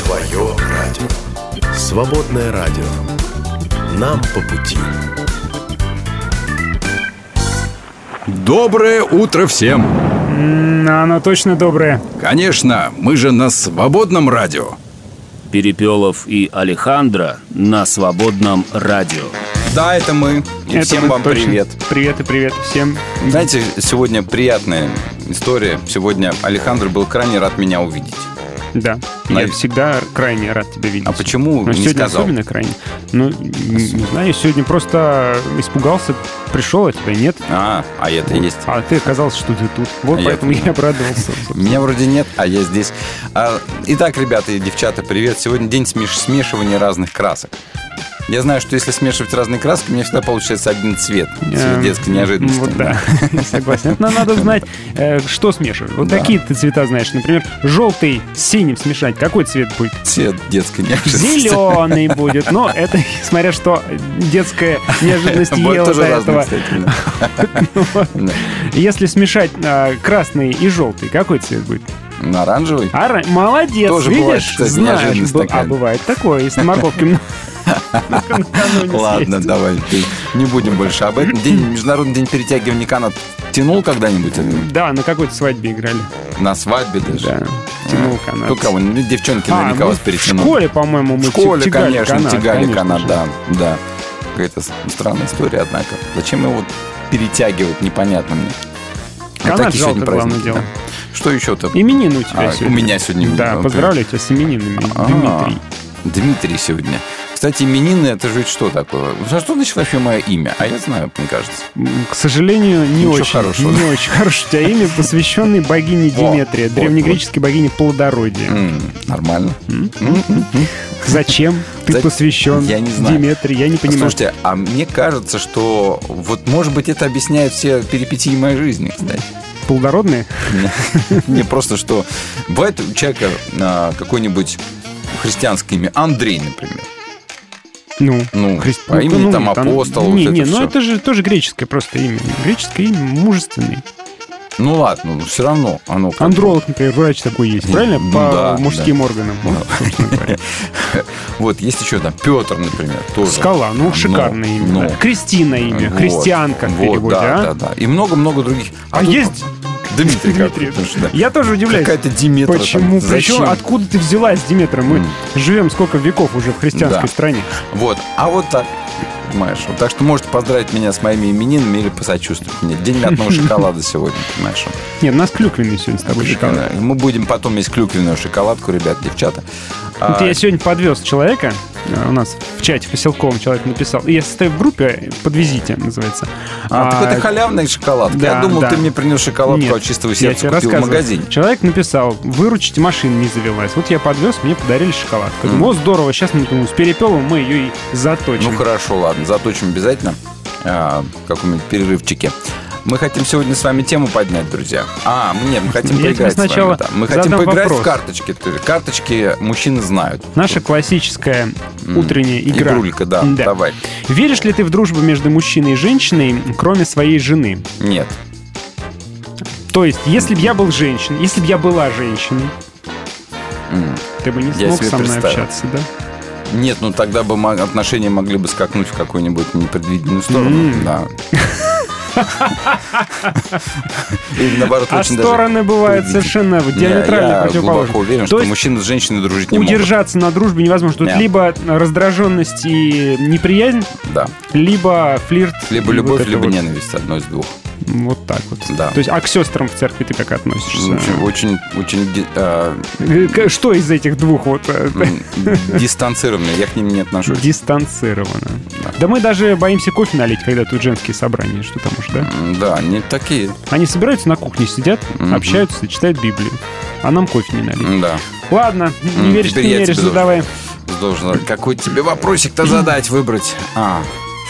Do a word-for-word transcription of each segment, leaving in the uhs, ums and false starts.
Твое радио. Свободное радио. Нам по пути. Доброе утро всем. Оно точно доброе. Конечно, мы же на свободном радио. Перепелов и Алехандро на свободном радио. Да, это мы. И Это всем мы вам точно. привет. Привет и привет всем. Знаете, сегодня приятная история. Сегодня Алехандро был крайне рад меня увидеть. Да, На- я всегда крайне рад тебя видеть. А почему Но не сегодня сказал? особенно крайне. Ну, не, не знаю, сегодня просто испугался, пришел, а тебя нет. А, а это есть. А ты оказался, что ты тут. Вот Я поэтому понял. я обрадовался. собственно. Меня вроде нет, а я здесь. А, итак, ребята и девчата, привет. Сегодня день смеш- смешивания разных красок. Я знаю, что если смешивать разные краски, у меня всегда получается один цвет. С Эм, детской неожиданностью. Вот да, согласен. Это надо знать, э, что смешивать. Вот Да. какие ты цвета знаешь. Например, желтый с синим смешать. Какой цвет будет? Цвет детской неожиданности. Зеленый будет. Но это, смотря что детская неожиданность Бывает ела тоже до разные, этого. кстати, да. Да. Если смешать а, красный и желтый, какой цвет будет? Оранжевый? Ара... Молодец, Тоже видишь? бывает, кстати, Знаешь, неожиданность б- такая. А бывает такое, если морковки м- накануне Ладно, съесть. давай, ты- не будем больше об этом. День, Международный день перетягивания канат тянул когда-нибудь? это? Да, на какой-то свадьбе играли. На свадьбе даже? Да, тянул канат. Кто кого? Ну, девчонки А, наверняка мы вас в перетянули. школе, по-моему, мы В школе, тягали конечно, канат, тягали конечно канат, же. да, да. Какая-то с- странная история, однако. Зачем его перетягивать, непонятно мне. Вот Канат такие жалко, сегодня главное праздники, дело. да. Что еще-то? Именины у тебя А, сегодня. у меня сегодня именины, Да, окей. поздравляю тебя с именинами, А, Дмитрий. Дмитрий сегодня. Кстати, именины, это же ведь что такое? За что значит вообще мое имя? А я знаю, мне кажется. М, К сожалению, не Ничего очень. хорошего. Не очень хорошее у тебя имя, посвященное богине Во, Диметрия, вот, древнегреческой богине плодородия. М, Нормально. Зачем ты За- посвящен Я не знаю. Диметрии? Я не понимаю. Слушайте, а мне кажется, что вот, может быть, это объясняет все перипетии моей жизни, кстати. Плодородные? Не просто, что бывает у человека а, какое-нибудь христианское имя. Андрей, например. Ну, Ну, христ- по имени ну, там там- апостол, Не, вот не, это ну всё. это же тоже греческое просто имя. Греческое имя мужественный. Ну ладно, но все равно оно как бы- Андролог, например, врач такой есть, правильно? Ну По да, мужским органам. Вот, собственно говоря. Вот, есть еще там Петр, например, тоже. Скала, ну, шикарное Ну, имя. ну. да. Кристина имя, Вот, христианка в вот, переводе, да, а? да, да. И много-много других. А тут есть Дмитрий, Дмитрий. какой-то, потому что, да. Я тоже удивляюсь. Какая-то Диметра. Почему? там. Причем Зачем? откуда ты взялась, Диметра? Мы М. живем сколько веков уже в христианской Да. стране. Вот, а вот так. Понимаешь? Вот так что можете поздравить меня с моими именинами или посочувствовать мне. День мятного шоколада сегодня, понимаешь? Нет, у нас клюквенный сегодня с тобой шоколад. Клюквенная. Мы будем потом есть клюквенную шоколадку, ребят, девчата. Вот А, я сегодня подвез человека, а, у нас в чате поселковом человек написал, я состою в группе «Подвезите», называется. а, так А, это халявная шоколадка. да, Я думал, да. ты мне принес шоколадку Нет, от чистого я сердца, тебе купил в рассказываю. магазине. Человек написал, выручите, машина не завелась. Вот я подвез, мне подарили шоколадку. Я думаю, о, здорово, сейчас мы думаю, с Перепелом мы ее и заточим. Ну хорошо, ладно, заточим обязательно а, в каком-нибудь перерывчике. Мы хотим сегодня с вами тему поднять, друзья. А, нет, мы хотим Я тебе поиграть с вами, сначала да. Мы хотим задам поиграть вопрос. в карточки. То есть Карточки мужчины знают. Наша классическая М, утренняя игра. Игрулька, да, Да. давай. Веришь ли ты в дружбу между мужчиной и женщиной, кроме своей жены? Нет. То есть, если бы я был женщиной, если бы я была женщиной, М. ты бы не Я смог себе со мной представил. общаться, да? Нет, ну тогда бы мо- отношения могли бы скакнуть в какую-нибудь непредвиденную сторону. М. Да. Или наоборот, А очень даже... стороны бывают предвидительно. совершенно вот Я- диаметрально Я противоположные. глубоко уверен, То что есть мужчины с женщиной дружить не могут. удержаться на дружбе невозможно. Тут Нет. либо раздраженность и неприязнь, Да. либо флирт. Либо и любовь, вот это либо вот. ненависть. Одно из двух. Вот так вот. Да. То есть, а к сестрам в церкви ты как относишься? Очень, очень, очень ди- а, Э, к- Что из этих двух вот э, м, дистанцированные. Я к ним не отношусь. дистанцировано? Да. Да мы даже боимся кофе налить, когда тут женские собрания, что там уж, да? М, Да, они такие. Они собираются на кухне, сидят, Мгм. общаются, читают Библию. А нам кофе не налить. М, Да. Ладно, не М, веришь, теперь не я веришь, тебе должен. задавай. Должен. Какой тебе вопросик-то задать, выбрать? А.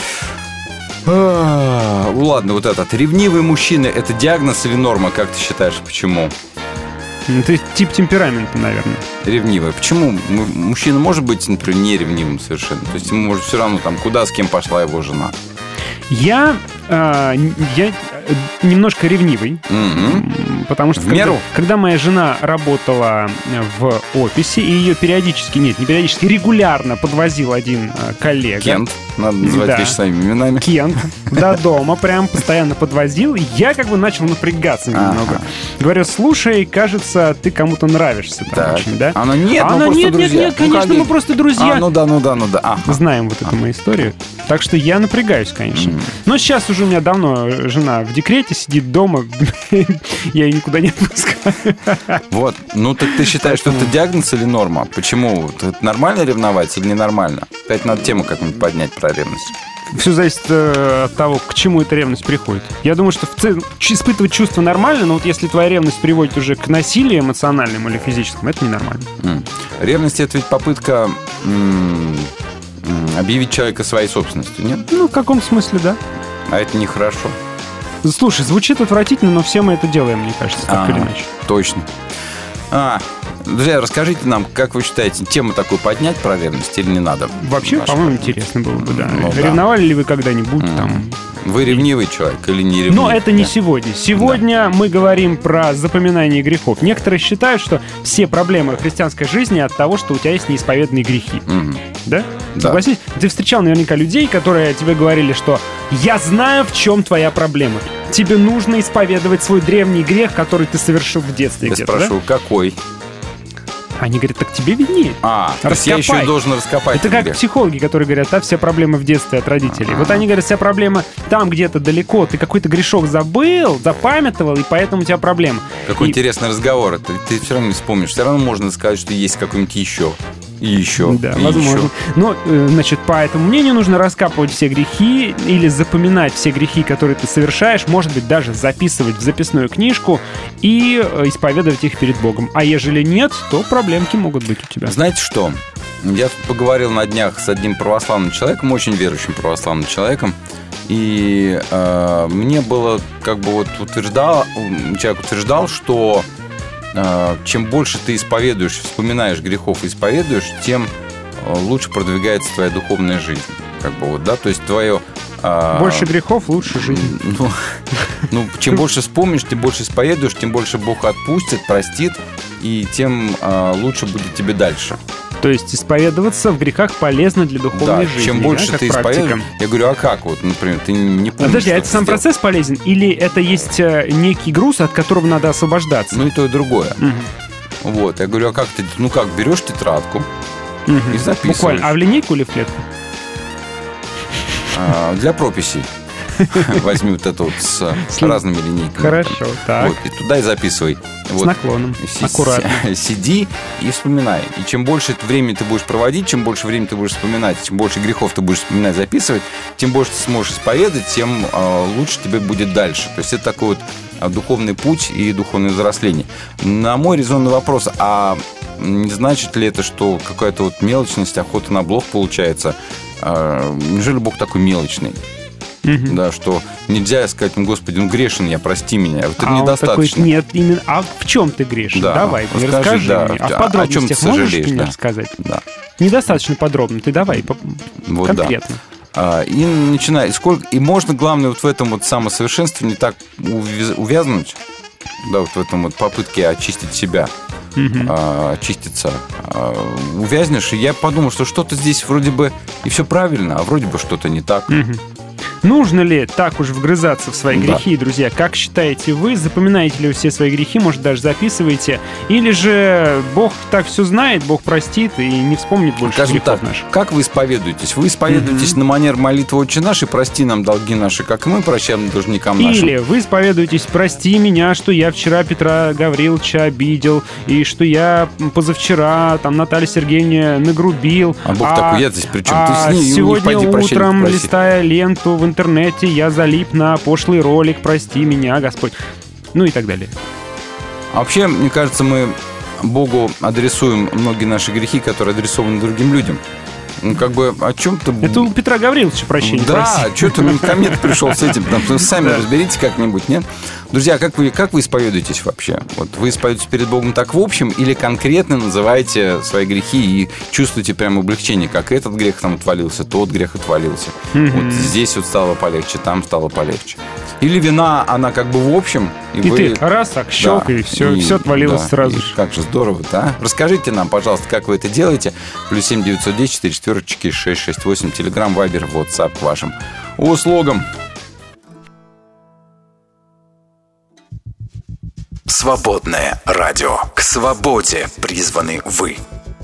А, ну ладно, вот этот. Ревнивый мужчина – это диагноз или норма? Как ты считаешь, почему? Ну, ты тип темперамента, наверное. Ревнивый. Почему м- мужчина может быть, например, не ревнивым совершенно? То есть ему может все равно там, куда, с кем пошла его жена. Я, а, н- я немножко ревнивый. Мгм. Потому что В когда, меру? когда моя жена работала в офисе, и ее периодически, нет, не периодически, регулярно подвозил один э, коллега. Кент. Надо называть Да. вещи своими именами. Кент до дома прям постоянно подвозил. И я как бы начал напрягаться немного. Ага. Говорю, слушай, кажется, ты кому-то нравишься там Так. очень, да? Оно нет, мы Она, просто нет, нет, друзья. нет, Ну, конечно, коллеги. мы просто друзья. А, ну да, ну да, ну да. Ага. Знаем вот эту мою историю. Так что я напрягаюсь, конечно. Но сейчас уже у меня давно жена в декрете, сидит дома. Я ее никуда не отпускаю. Вот. Ну так ты считаешь, что это диагноз или норма? Почему? Это нормально ревновать или ненормально? Опять надо тему как-нибудь поднять про ревность. Все зависит э, от того, к чему эта ревность приходит. Я думаю, что в целом ч- испытывать чувства нормально, но вот если твоя ревность приводит уже к насилию эмоциональному или физическому, это ненормально. М. Ревность — это ведь попытка м, м, объявить человека своей собственностью, нет? Ну, в каком смысле, да. А это нехорошо. Слушай, звучит отвратительно, но все мы это делаем, мне кажется, так А, или иначе. Точно. А, друзья, расскажите нам, как вы считаете, тему такую поднять про ревность или не надо? Вообще, Ваш- по-моему, интересно было бы, да. Ну, да. Ревновали ли вы когда-нибудь М. там? Вы ревнивый человек или не ревнивый? Но это не Да. сегодня. Сегодня мы говорим про запоминание грехов. Некоторые считают, что все проблемы христианской жизни от того, что у тебя есть неисповеданные грехи. Мгм. Да? Да. Согласись? Ты встречал наверняка людей, которые тебе говорили, что «я знаю, в чем твоя проблема. Тебе нужно исповедовать свой древний грех, который ты совершил в детстве Я где-то». Да? спрашиваю, какой? Они говорят, так тебе виднее. А, то есть я еще Раскопай. и должен раскопать. Это этот как грех. психологи, которые говорят, да, все проблемы в детстве от родителей. Вот они говорят, вся проблема там где-то далеко. Ты какой-то грешок забыл, запамятовал, и поэтому у тебя проблема. Какой И- интересный разговор. Ты, ты все равно не вспомнишь. Все равно можно сказать, что есть какой-нибудь еще. И еще. Да, и возможно. еще. Но, э, значит, по этому мнению нужно раскапывать все грехи или запоминать все грехи, которые ты совершаешь, может быть, даже записывать в записную книжку и э, исповедовать их перед Богом. А ежели нет, то проблемки могут быть у тебя. Знаете что? Я тут поговорил на днях с одним православным человеком, очень верующим православным человеком, и э, мне было как бы вот утверждал, человек утверждал, что э, чем больше ты исповедуешь, вспоминаешь грехов и исповедуешь, тем э, лучше продвигается твоя духовная жизнь. Как бы вот, да, то есть твое... э, Больше грехов, лучше жизнь. Ну, ну, чем больше вспомнишь, тем больше исповедуешь, тем больше Бог отпустит, простит, и тем э, лучше будет тебе дальше. То есть исповедоваться в грехах полезно для духовной Да, жизни. чем да, больше как ты практика. исповедуешь. Я говорю, а как вот, например, ты не помнишь, Подожди, а что это ты сам сделал? процесс полезен? Или это есть э, некий груз, от которого надо освобождаться? Ну и то, и другое. Мгм. Вот, я говорю, а как ты, ну как, берешь тетрадку Мгм. и записываешь. Буквально. А в линейку или в клетку? А, для прописей. Возьми вот это вот с С ли- разными линейками. Хорошо, так. Вот, и туда и записывай. С Вот. наклоном. Си- Аккуратно. си- Сиди и вспоминай. И чем больше времени ты будешь проводить, чем больше времени ты будешь вспоминать, чем больше грехов ты будешь вспоминать, записывать, тем больше ты сможешь исповедать, тем э, лучше тебе будет дальше. То есть это такой вот э, духовный путь и духовное взросление. На мой резонный вопрос, а не значит ли это, что какая-то вот мелочность, охота на блох получается? Э, неужели Бог такой мелочный? Мгм. Да, что нельзя сказать, ну, Господи, ну грешен я, прости меня. Вот это А он недостаточно. такой, нет, именно. А в чем ты грешен? Да. Давай, мне Расскажи, расскажи да, мне. А о в чем подробностях ты можешь сожалеешь, мне да. рассказать? Да. Недостаточно подробно. Ты давай, по- Вот конкретно. да. А, И начинай. И, сколько... и можно, главное, вот в этом вот самосовершенствовании так увяз- увязнуть, да, вот в этом вот попытке очистить себя, Мгм. а, очиститься. А, увязнешь, и я подумал, что что-то здесь вроде бы и все правильно, а вроде бы что-то не так. Мгм. Нужно ли так уж вгрызаться в свои Да. грехи, друзья? Как считаете вы? Запоминаете ли вы все свои грехи? Может, даже записываете? Или же Бог так все знает, Бог простит и не вспомнит больше Скажем грехов так, наших? как вы исповедуетесь? Вы исповедуетесь на манер молитвы «Отче наш» и «Прости нам долги наши, как и мы прощаем должникам нашим». Или вы исповедуетесь, прости меня, что я вчера Петра Гавриловича обидел, и что я позавчера там Наталье Сергеевне нагрубил. А Бог такой, я здесь при чем? Ты а с ней, у них сегодня пойди прощения утром, попроси. листая ленту в интернете, я залип на пошлый ролик, прости меня, Господь. Ну и так далее. А вообще, мне кажется, мы Богу адресуем многие наши грехи, которые адресованы другим людям. Ну, как бы, о чем-то... Это у Петра Гавриловича прощения Да, проси. что-то мне ко мне пришел с этим. Там, сами Да. разберитесь как-нибудь, нет? Друзья, как вы, как вы исповедуетесь вообще? Вот вы исповедуетесь перед Богом так в общем или конкретно называете свои грехи и чувствуете прям облегчение, как этот грех там отвалился, тот грех отвалился. Мгм. Вот здесь вот стало полегче, там стало полегче. Или вина, она как бы в общем. И, вы... ты раз так щелк, да, и все, и, все отвалилось, да, сразу же. Как же здорово, да? Расскажите нам, пожалуйста, как вы это делаете. Плюс семь девятьсот десять четыре четверочки шесть шесть восемь. Телеграм, Вайбер, WhatsApp к вашим услугам. Свободное радио. К свободе призваны вы.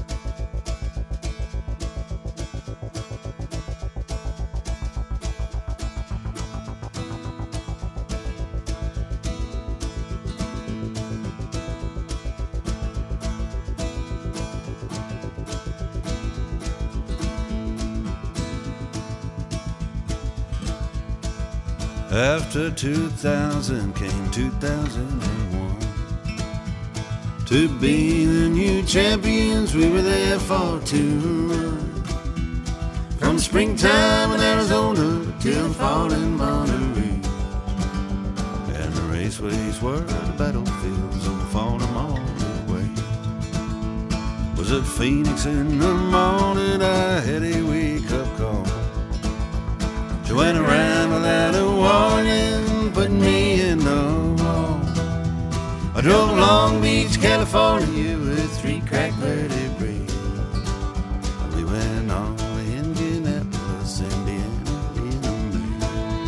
After two thousand came two thousand one. To be the new champions, we were there for two months. From springtime in Arizona till fall in Monterey. And the raceways were the battlefields of falling all the way. Was at Phoenix in the morning, I had a wake-up call. She went around without a warning, put me in the wall. I drove Long Beach, California with three cracked vertebrae. We went on to Indianapolis, Indiana in May.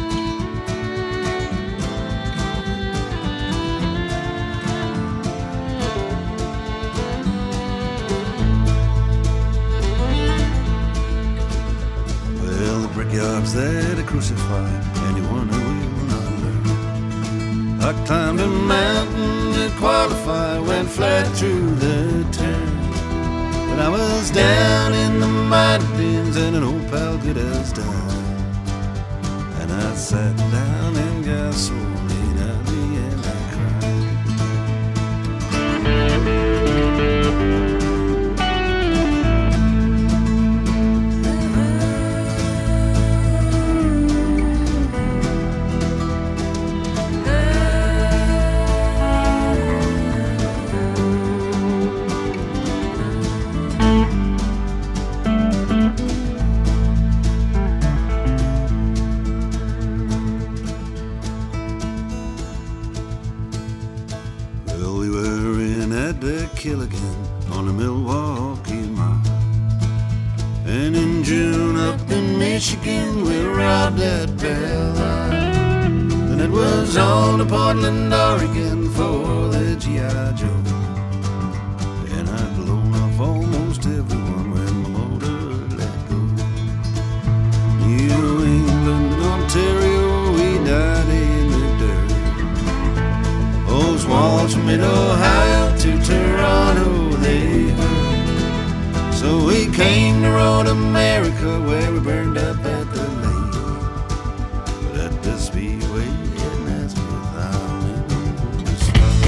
Well, the brickyard's there to crucify anyone who will not learn. I climbed a mountain to qualify, went flat through the turn. But I was down in the mountains and an old pal good as died. And I sat down and got so laid out and I cried. Killigan on the Milwaukee Mile. And in June up in Michigan we robbed that Belle Isle. And it was on to Portland, Oregon for the G I Joe. And I'd blown off almost everyone when my motor let go. New England, Ontario, we died in the dirt. Those walls from mid-Ohio to Toronto, they hurt. So we came to Road America, where we burned up at the lake. But at the Speedway in Nashville, I'm in the spot.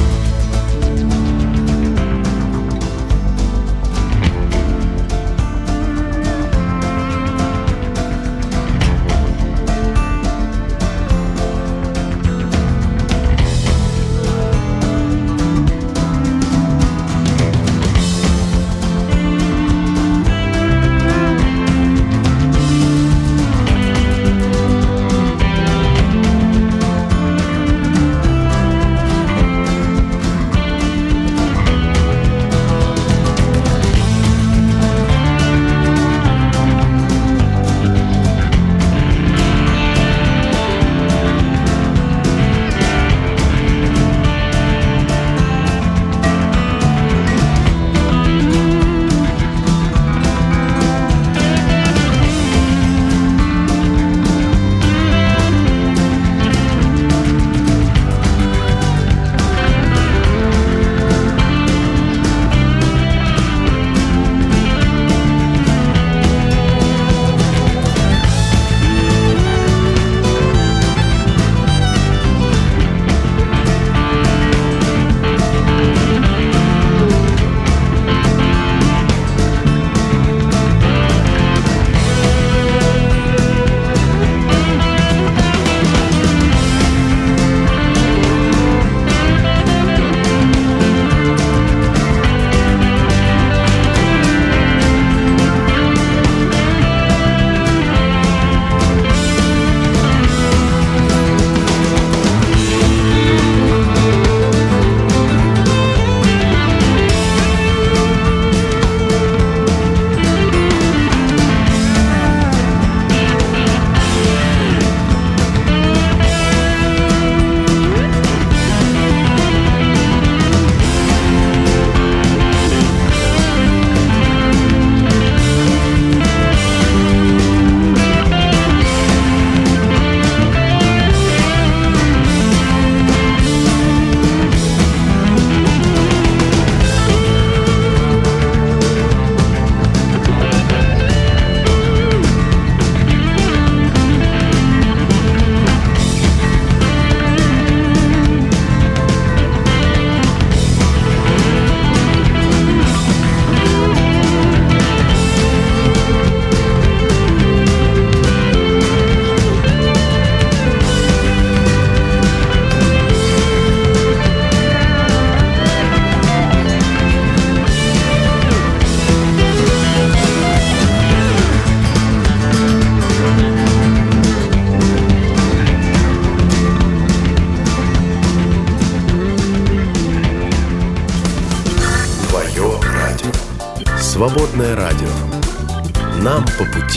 Свободное радио. Нам по пути.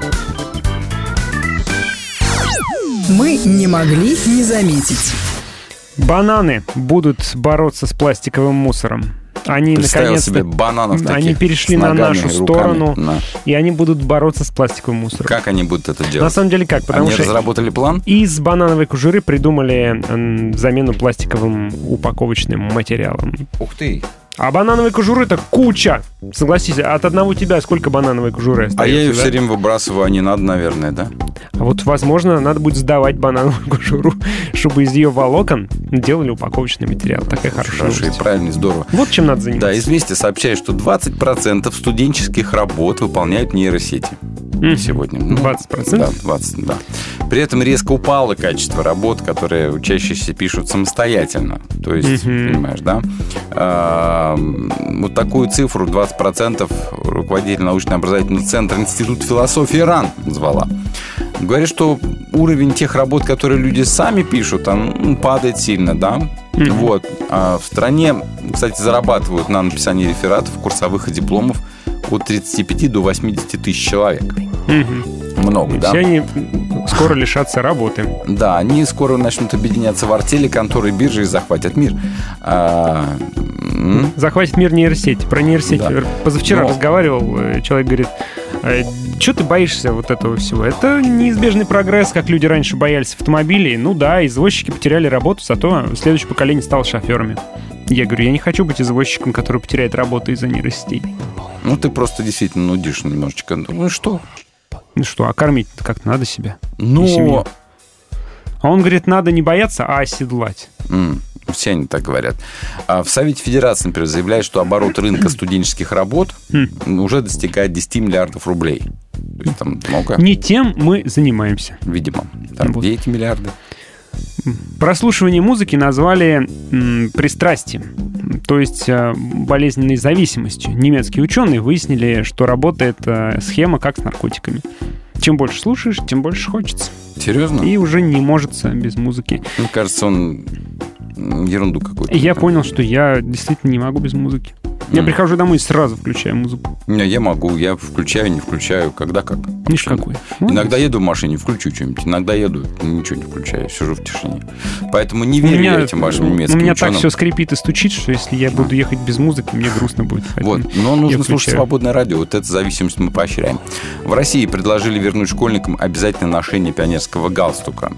Мы не могли не заметить. Бананы будут бороться с пластиковым мусором. Они наконец-то себе бананов таких они перешли с на ногами, нашу руками. сторону, На. и они будут бороться с пластиковым мусором. Как они будут это делать? На самом деле как? Потому они что разработали план? из банановой кожуры придумали м, замену пластиковым упаковочным материалом. Ух ты! А банановой кожуры-то куча. Согласись, от одного тебя сколько банановой кожуры остается? А я ее да? все время выбрасываю, а не надо, наверное, да? А вот, возможно, надо будет сдавать банановую кожуру, чтобы из ее волокон делали упаковочный материал. Такая хорошая Хорошо, и новость. правильно, и здорово. Вот чем надо заниматься. Да, «Известия» сообщает, что двадцать процентов студенческих работ выполняют нейросети. Мгм. Сегодня. Ну, двадцать процентов? Да, двадцать, да. При этом резко упало качество работ, которые учащиеся пишут самостоятельно. То есть, Мгм. понимаешь, да? А, вот такую цифру, двадцать процентов, руководитель научно-образовательного центра Институт философии РАН назвала. Говорит, что уровень тех работ, которые люди сами пишут, он ну, падает сильно, да? Мгм. Вот. А в стране, кстати, зарабатывают на написании рефератов, курсовых и дипломов от тридцати пяти до восьмидесяти тысяч человек. Мгм. Много, И да? все они скоро лишатся работы. Да, они скоро начнут объединяться в артели, конторы, биржи и захватят мир. А, м, Захватит мир нейросети. Про нейросети Да. позавчера Но- разговаривал. э, Человек говорит, что ты боишься вот этого всего? Это неизбежный прогресс, как люди раньше боялись автомобилей. Ну да, извозчики потеряли работу, зато следующее поколение стало шоферами. Я говорю, я не хочу быть извозчиком, который потеряет работу из-за нейросетей. ну, ты просто действительно нудишь немножечко. Ну, что? Ну что, а кормить-то как-то надо себя? И Ну, семью. А он говорит, надо не бояться, а оседлать. м, все они так говорят. А в Совете Федерации, например, заявляют, что оборот рынка студенческих работ Хм. уже достигает десяти миллиардов рублей. То есть там много, Не тем мы занимаемся. видимо. Там Вот. где эти миллиарды? Прослушивание музыки назвали м, пристрастием, то есть э, болезненной зависимостью. Немецкие ученые выяснили, что работает э, схема как с наркотиками. Чем больше слушаешь, тем больше хочется. Серьезно? И уже не можется без музыки. Мне кажется, он м, ерунду какую-то. И я понял, что я действительно не могу без музыки. Я М. прихожу домой и сразу включаю музыку. Не, я могу, я включаю, не включаю, когда как. Ни в какую. Иногда еду в машине, включу что-нибудь. Иногда еду, ничего не включаю, сижу в тишине. Поэтому не У верю меня, я этим вашим у немецким меня ученым. так все скрипит и стучит, что если я буду ехать без музыки, мне грустно будет. Вот, Поэтому но я нужно слушать включаю. свободное радио. Вот эту зависимость мы поощряем. В России предложили вернуть школьникам обязательное ношение пионерского галстука.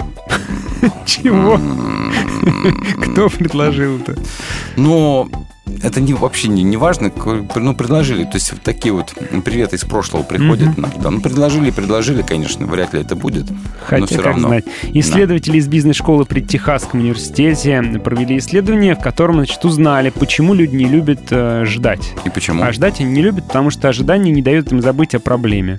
Чего? Кто предложил-то? Но это не, вообще не, не важно. Ну, предложили. То есть вот такие вот приветы из прошлого приходят нам. Да, ну, предложили, предложили, конечно. Вряд ли это будет. но Хотя, все как равно. знать. Исследователи из бизнес-школы при Техасском университете провели исследование, в котором, значит, узнали, почему люди не любят э, ждать. И почему? А ждать они не любят, потому что ожидание не дает им забыть о проблеме.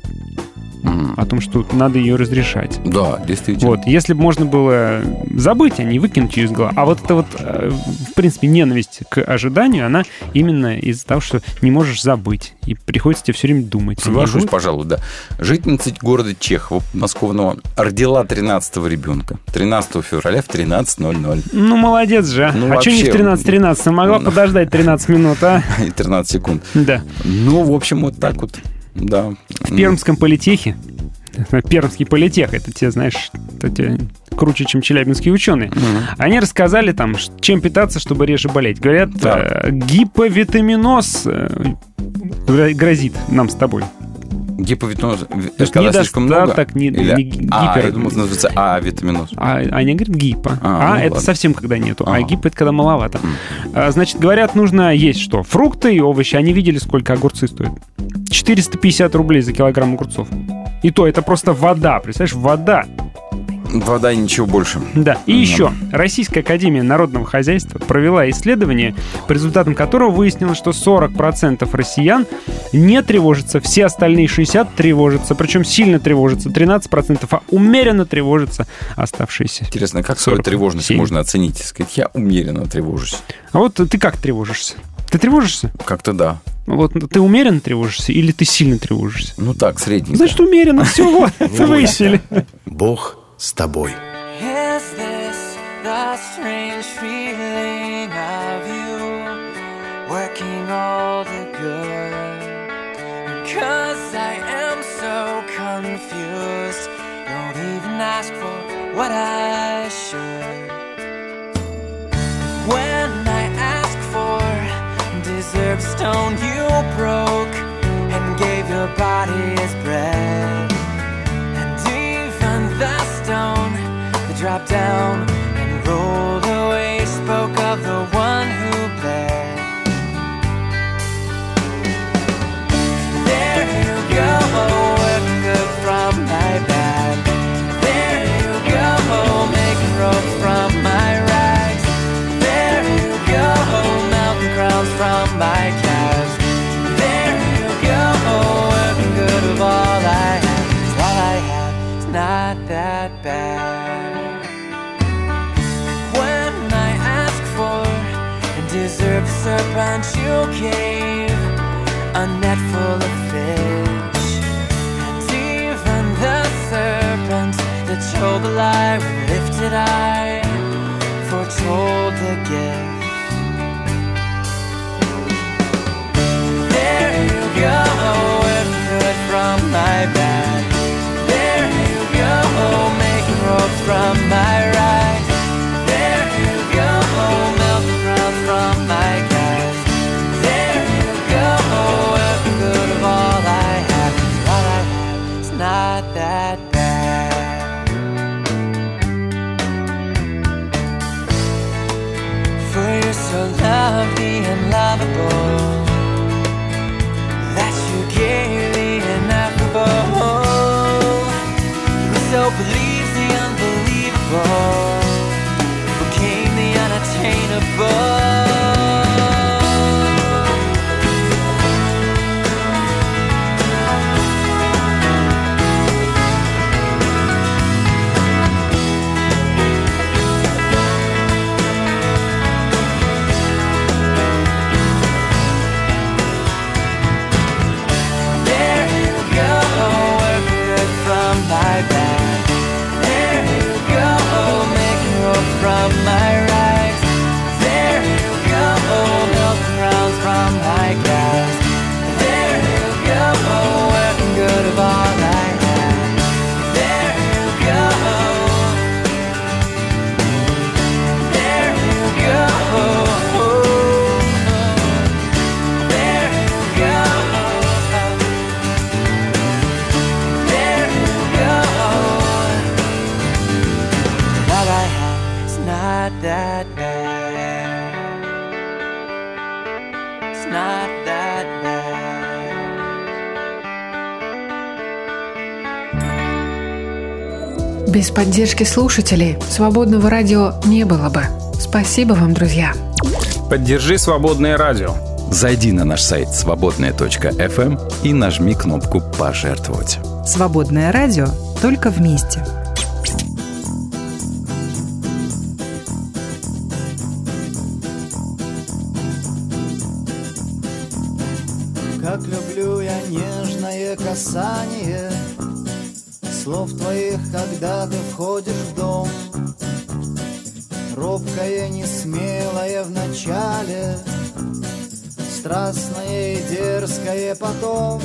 М. О том, что надо ее разрешать. Да, действительно. Вот, если бы можно было забыть, а не выкинуть ее из головы. А вот это вот, э, в принципе, ненависть к ожиданию, она именно из-за того, что не можешь забыть. И приходится тебе все время думать. Соглашусь, Не пожалуй, да. Жительница города Чехова, подмосковного, родила тринадцатого ребенка. тринадцатого февраля в тринадцать ноль ноль. Ну, молодец же. Ну, а что не в вообще, тринадцать тринадцать? Могла ну, подождать тринадцать минут, а? И тринадцать секунд. Да. Ну, в общем, вот так вот. Да. В Пермском политехе, Пермский политех, это те, знаешь, это те круче, чем челябинские ученые. Они рассказали там, ш- чем питаться, чтобы реже болеть. Говорят, Так. э, гиповитаминоз э, гро- грозит нам с тобой. Гиповитаминоз. То есть Когда слишком много? недостаток, не- Или- не ги- А, гипер- я думал, это называется А-витаминоз. А они говорят гипо. А, А, ну это ладно. совсем когда нету. А Ага. гипо это когда маловато. А, значит, говорят, нужно есть что? Фрукты и овощи. Они видели, сколько огурцы стоят. четыреста пятьдесят рублей за килограмм огурцов. И то, это просто вода. Представляешь, вода. Вода и ничего больше. Да. И Мгм. еще. Российская академия народного хозяйства провела исследование, по результатам которого выяснилось, что сорок процентов россиян не тревожатся, все остальные шестьдесят процентов тревожатся, причем сильно тревожатся тринадцать процентов, а умеренно тревожатся оставшиеся. Интересно, как свою сорок тревожность семь. можно оценить? Сказать, я умеренно тревожусь. А вот ты как тревожишься? Ты тревожишься? Как-то да. Вот ты умеренно тревожишься или ты сильно тревожишься? Ну так, средненько. Значит, умеренно. Все, вот, выяснили. Бог с тобой. Is this the strange feeling of you working all the good what I should. When I ask for deserved stone, you broke and gave your body as bread. And even the stone that dropped down and rolled away spoke of the one who bled. There you go, working good from my bad. There you go, making ropes from my rags. There you go, mountain crowns from my calves. There you go, working good of all I have. 'Cause all I have is not that bad. When I ask for and deserve the serpent you gave, a net full of fish, and even the serpent that told the lie when lifted I foretold the gift. There you go, working good from my bad. There you go, making ropes from my rags. There you go, melting crowns from my calves. There you go, working good of all I have. All I have is not that bad. For you're so lovely and lovable that you gave the ineffable. You so believed the unbelievable, became the unattainable. My bad. There you go, making ropes from my rags. There you go, milking crowns from my calves. There you go, working good of all I have. There you go, there you go, there you go. Not that bad. It's not that bad. Без поддержки слушателей свободного радио не было бы. Спасибо вам, друзья. Поддержи свободное радио. Зайди на наш сайт свободная точка эф эм и нажми кнопку «Пожертвовать». Свободное радио только вместе. Как люблю я нежное касание слов твоих, когда ты входишь в дом. Робкое, несмелое в начале, страстное и дерзкое потом.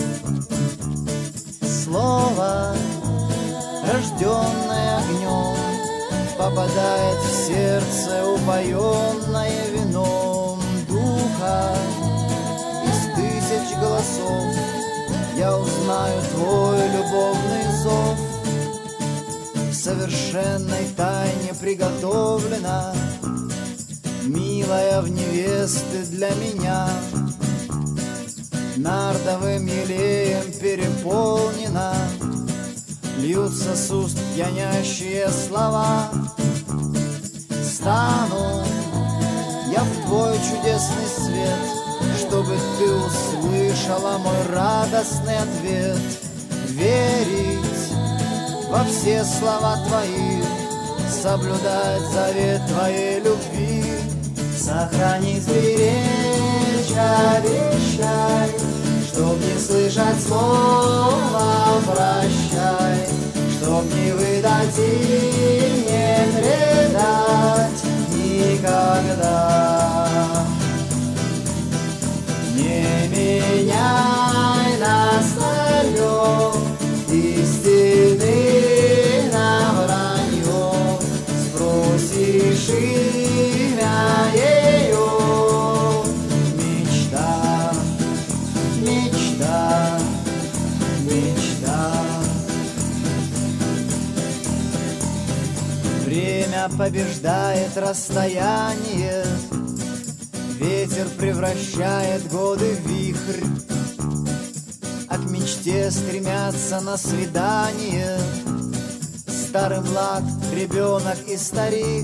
Слово, рожденное огнем, попадает в сердце, упоенное вином духа. Тысяч голосов я узнаю твой любовный зов. В совершенной тайне приготовлена, милая в невесты для меня. Нардовым елеем переполнена, льются с уст пьянящие слова. Стану я в твой чудесный свет, чтобы ты услышала мой радостный ответ. Верить во все слова твои, соблюдать завет твоей любви. Сохрани зверечь, обещай, чтоб не слышать слова прощай, чтоб не выдать и не предать никогда. Не меняй настроен истины на вранье. мечта, мечта. Время побеждает расстояние, ветер превращает годы в вихрь, а к мечте стремятся на свидание старый млад, ребенок и старик.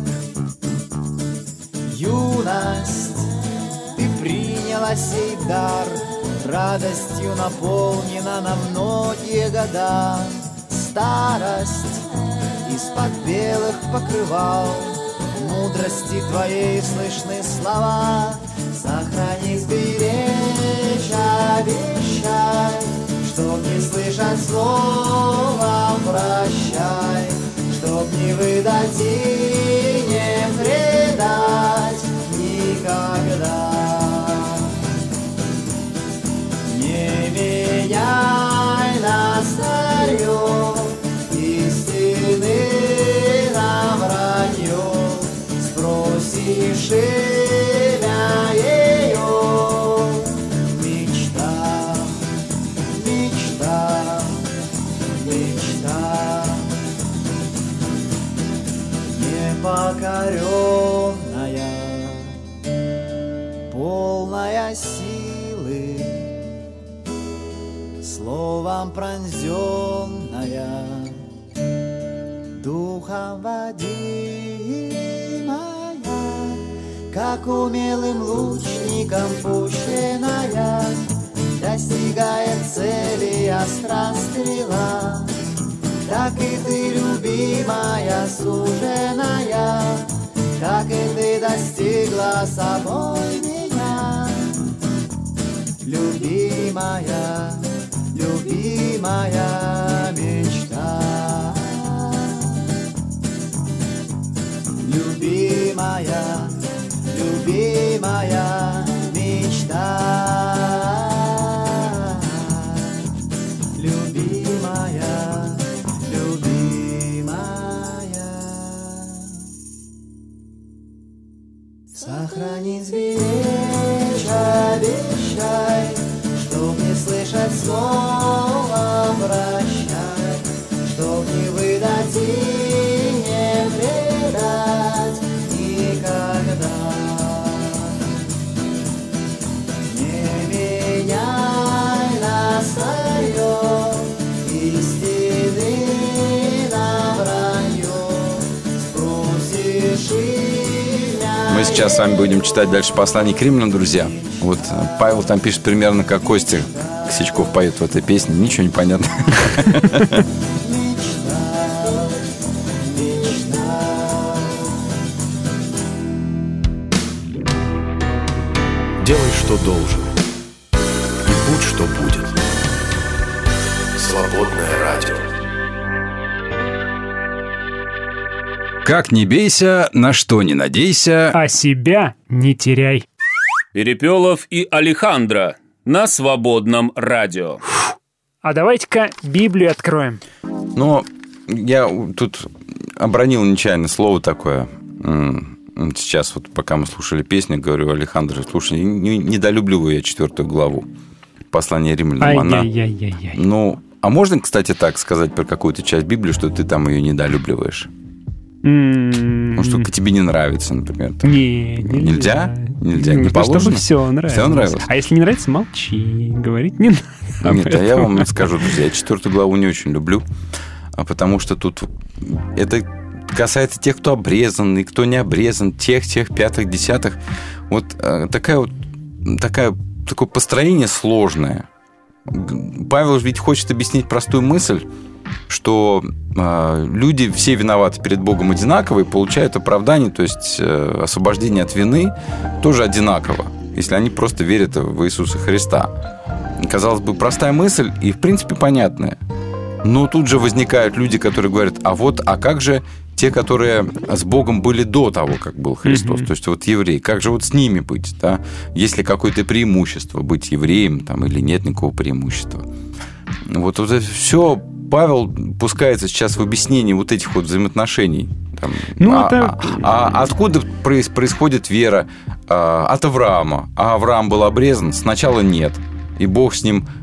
Юность, ты приняла сей дар, радостью наполнена на многие года. Старость из-под белых покрывал, мудрости твоей слышны слова. Сохрани, сберечь, обещай, чтоб не слышать слова прощай, чтоб не выдать и не предать никогда. Не меняй на старье, истины на вранье, спросишь имя ее. Мечта, мечта, мечта, непокоренная, полная силы, словом пронзенная, духом водимая, как умелым лучником пущенная, достигает цели остра стрела. Так и ты, любимая, суженая, так и ты достигла собой меня. Любимая, любимая мечта, любимая, любимая мечта, любимая, любимая. Сохрани, сберечь, обещай, чтоб не слышать слова прощай, чтоб не выдать и не предать никогда. Не меняй на старье, истины на вранье, спросишь имя. Мы сейчас с вами будем читать дальше послание к римлянам, друзья. Вот Павел там пишет примерно, как Костя Косячков поет в этой песне. Ничего не понятно. Делай, что должен, и будь, что будет. Свободное радио. Как не бейся, на что не надейся, а себя не теряй. Перепелов и Алехандро на Свободном радио. А давайте-ка Библию откроем. Но я тут обронил нечаянно слово такое. Сейчас вот пока мы слушали песню, говорю, Алехандро, слушай, не, недолюбливаю я четвертую главу послания римлянам. Она... Ай-яй-яй-яй-яй. Ну, а можно, кстати, так сказать про какую-то часть Библии, что ты там ее недолюбливаешь? Mm-hmm. Ну, что тебе не нравится, например. Там. Не, нельзя. Нельзя? Нельзя, не, не положено? Чтобы все нравилось. Все нравилось. А если не нравится, молчи, говорить не надо. Нет, а я вам скажу, друзья, я четвертую главу не очень люблю, потому что тут это касается тех, кто обрезан, и кто не обрезан, тех, тех, пятых, десятых. Вот такая вот, такая, такое построение сложное. Павел ведь хочет объяснить простую мысль, что э, люди все виноваты перед Богом одинаково и получают оправдание, то есть э, освобождение от вины тоже одинаково, если они просто верят в Иисуса Христа. Казалось бы, простая мысль и, в принципе, понятная. Но тут же возникают люди, которые говорят, а вот, а как же те, которые с Богом были до того, как был Христос, mm-hmm. то есть вот евреи, как же вот с ними быть, да? Есть ли какое-то преимущество быть евреем там, или нет никакого преимущества? Вот, вот это все Павел пускается сейчас в объяснение вот этих вот взаимоотношений. Там, ну, а, это... а, а откуда происходит вера? А, от Авраама. А Авраам был обрезан? Сначала нет. И Бог с ним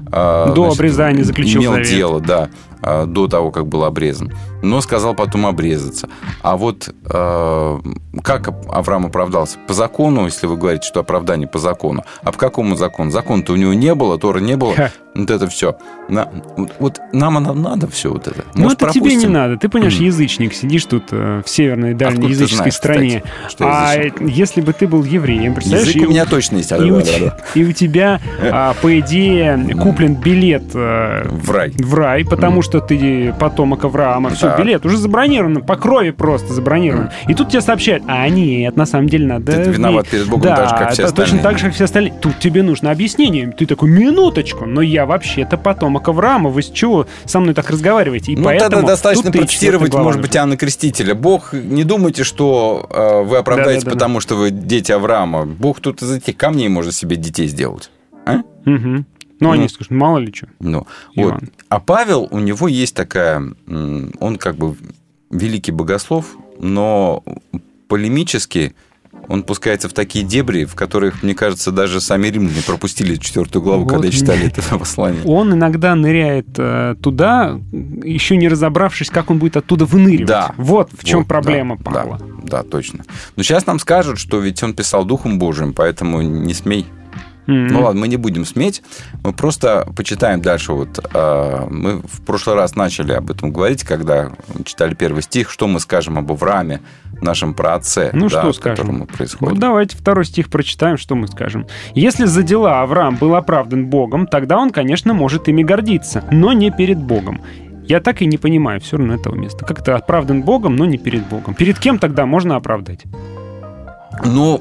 До значит, обрезания заключил имел завет. дело, да, до того, как был обрезан. Но сказал потом обрезаться. А вот э, как Авраам оправдался? По закону, если вы говорите, что оправдание по закону. А по какому закону? Закона-то у него не было, Торы не было. Ха. Вот это все. На, вот нам оно надо все вот это. Ну, это пропустим? Тебе не надо. Ты, понимаешь, mm. язычник, сидишь тут э, в северной дальней языческой знаешь, стране. Кстати, что а если бы ты был евреем, представляешь? Язык у меня точно есть. И, у, и у тебя, а, по идее, куплен билет э, в рай. В рай, потому mm. что ты потомок Авраама. Все, да. билет уже забронирован, по крови просто забронирован. Mm. И тут тебе сообщают, а нет, на самом деле надо... Ты виноват перед Богом да, так же, как все остальные. Точно так же, как все остальные. Тут тебе нужно объяснение. Ты такой, минуточку, но я вообще-то потомок Авраама. Вы с чего со мной так разговариваете? И ну, поэтому тогда достаточно процитировать, может быть, Иоанна Крестителя. Бог, не думайте, что э, вы оправдаете, да, да, да, потому да. что вы дети Авраама. Бог тут из этих камней может себе детей сделать. А? Угу. Ну, ну, они скажут, мало ли что. Ну, вот. А Павел, у него есть такая... Он как бы великий богослов, но полемически... Он пускается в такие дебри, в которых, мне кажется, даже сами римляне пропустили четвертую главу, вот когда читали это послание. Он иногда ныряет э, туда, еще не разобравшись, как он будет оттуда выныривать. Да. Вот в чем вот, проблема да, Павла. Да, да, точно. Но сейчас нам скажут, что ведь он писал Духом Божиим, поэтому не смей. Mm-hmm. Ну ладно, мы не будем сметь, мы просто почитаем дальше. Вот, э, мы в прошлый раз начали об этом говорить, когда читали первый стих, что мы скажем об Аврааме, нашем праотце, ну, да, что скажем? которому происходит. Ну, давайте второй стих прочитаем, что мы скажем. «Если за дела Авраам был оправдан Богом, тогда он, конечно, может ими гордиться, но не перед Богом». Я так и не понимаю все равно этого места. Как это оправдан Богом, но не перед Богом? Перед кем тогда можно оправдать? Ну...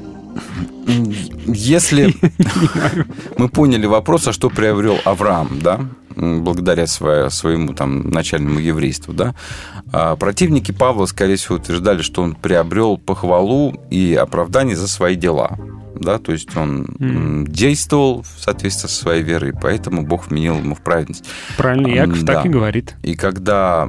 Если мы поняли вопрос, а что приобрел Авраам, да, благодаря свое, своему там начальному еврейству, да, а противники Павла, скорее всего, утверждали, что он приобрел похвалу и оправдание за свои дела, да, то есть он mm. действовал в соответствии со своей верой, поэтому Бог вменил ему в праведность. Правильно, Яков да. так и говорит. И когда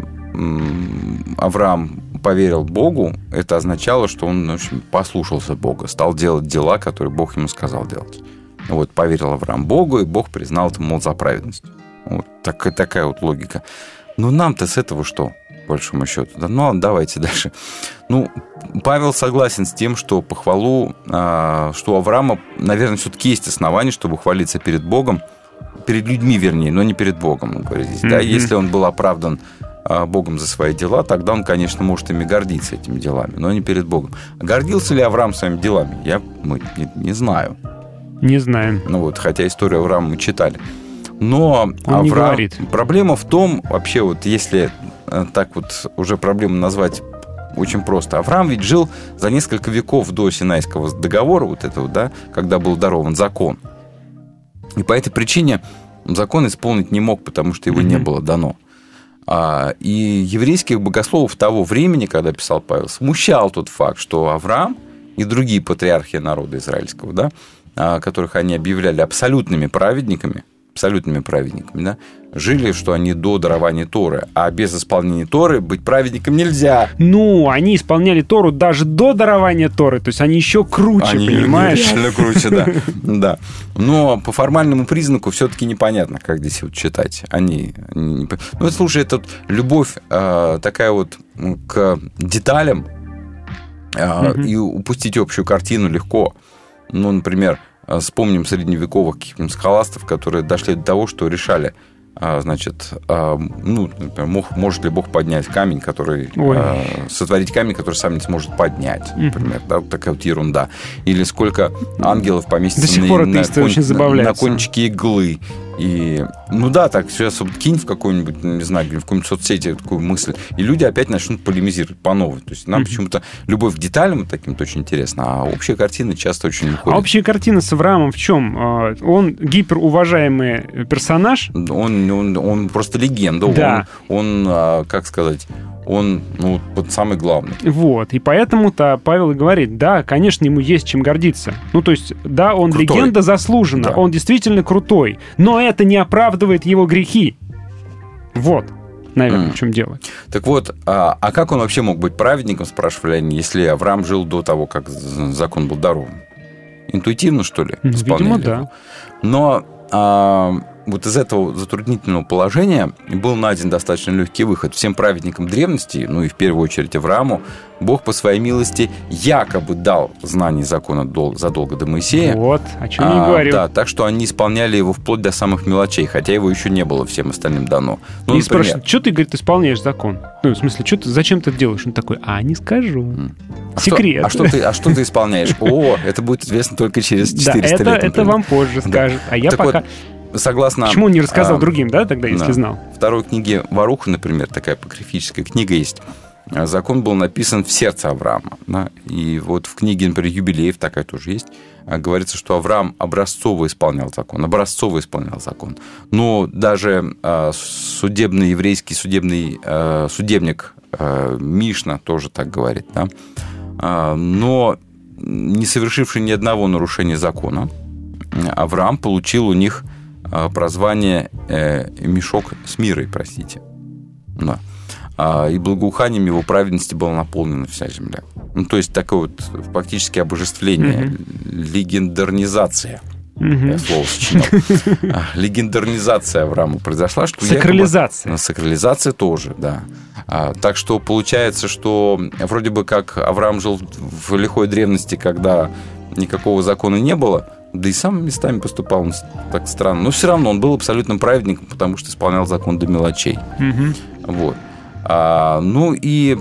Авраам поверил Богу, это означало, что он, в общем, послушался Бога, стал делать дела, которые Бог ему сказал делать. Вот, поверил Авраам Богу, и Бог признал это, мол, за праведность. Вот так, такая вот логика. Но нам-то с этого что, по большому счету? Да, ну, давайте дальше. Ну, Павел согласен с тем, что похвалу, что у Авраама, наверное, все-таки есть основания, чтобы хвалиться перед Богом, перед людьми, вернее, но не перед Богом, он говорит здесь. Mm-hmm. Да, если он был оправдан Богом за свои дела, тогда он, конечно, может ими гордиться, этими делами, но не перед Богом. А гордился ли Авраам своими делами? Я мы, не, не знаю. Не знаем. Ну вот, хотя историю Авраама мы читали. Но он Авраам... не говорит. Проблема в том, вообще, вот если так вот уже проблему назвать очень просто. Авраам ведь жил за несколько веков до Синайского договора, вот этого, да, когда был дарован закон. И по этой причине закон исполнить не мог, потому что его mm-hmm. не было дано. И еврейских богословов того времени, когда писал Павел, смущал тот факт, что Авраам и другие патриархи народа израильского, да, которых они объявляли абсолютными праведниками, абсолютными праведниками, да, жили, что они до дарования Торы, а без исполнения Торы быть праведником нельзя. Ну, они исполняли Тору даже до дарования Торы, то есть они еще круче, они понимаешь? Они круче, да. Да. Но по формальному признаку все-таки непонятно, как здесь вот читать. Они, они... Ну, слушай, это любовь э, такая вот к деталям, э, угу. и упустить общую картину легко. Ну, например, вспомним средневековых каких-нибудь схоластов, которые дошли до того, что решали, значит, ну, например, может ли Бог поднять камень, который... Ой. Сотворить камень, который сам не сможет поднять, например. Mm-hmm. Да, вот такая вот ерунда. Или сколько ангелов поместится до сих пор на, на, кон... очень на кончике иглы. И, ну да, так, сейчас вот кинь в какую-нибудь, не знаю, в какую-нибудь соцсети такую мысль, и люди опять начнут полемизировать по новой. То есть нам mm-hmm. почему-то любовь к деталям таким-то очень интересна, а общая картина часто очень не ходит. А общая картина с Авраамом в чем? Он гиперуважаемый персонаж? Он, он, он просто легенда. Да. Он, он, как сказать... Он, ну, вот самый главный. Вот, и поэтому-то Павел и говорит, да, конечно, ему есть чем гордиться. Ну, то есть, да, он крутой. Легенда заслуженно, да. Он действительно крутой, но это не оправдывает его грехи. Вот, наверное, mm. в чем дело. Так вот, а, а как он вообще мог быть праведником, спрашивали они, если Авраам жил до того, как закон был дарован? Интуитивно, что ли? Видимо, да. Но... А, вот из этого затруднительного положения был найден достаточно легкий выход. Всем праведникам древности, ну и в первую очередь Аврааму, Бог по своей милости якобы дал знание закона задолго до Моисея. Вот, о чем я и говорю. Да, так что они исполняли его вплоть до самых мелочей, хотя его еще не было всем остальным дано. Ну, и например, спрашивают, что ты, говорит, исполняешь закон? Ну, в смысле, что ты, зачем ты это делаешь? Он такой, а, не скажу. А Секрет. Что, а, что ты, а что ты исполняешь? О, это будет известно только через четыреста да, лет. Это, это вам позже скажет. Да. А я так пока... Вот, согласно... Почему он не рассказал а, другим, да, тогда, если да. знал? Второй книге Варуха, например, такая апокрифическая книга есть. Закон был написан в сердце Авраама. Да? И вот в книге, например, Юбилеев, такая тоже есть, говорится, что Авраам образцово исполнял закон, образцово исполнял закон. Но даже э, судебный еврейский судебный э, судебник э, Мишна тоже так говорит. Да? Э, но не совершивший ни одного нарушения закона, Авраам получил у них э, прозвание э, «мешок с мирой», простите. Да. И благоуханием его праведности была наполнена вся земля. Ну, то есть такое вот фактически обожествление, mm-hmm. легендарнизация. Mm-hmm. Я слово сочинял. Легендарнизация Авраама произошла. Что сакрализация. Якобы... Сакрализация тоже, да. А, так что получается, что вроде бы как Авраам жил в лихой древности, когда никакого закона не было, да и сам местами поступал он так странно. Но все равно он был абсолютным праведником, потому что исполнял закон до мелочей. Mm-hmm. Вот. А, ну и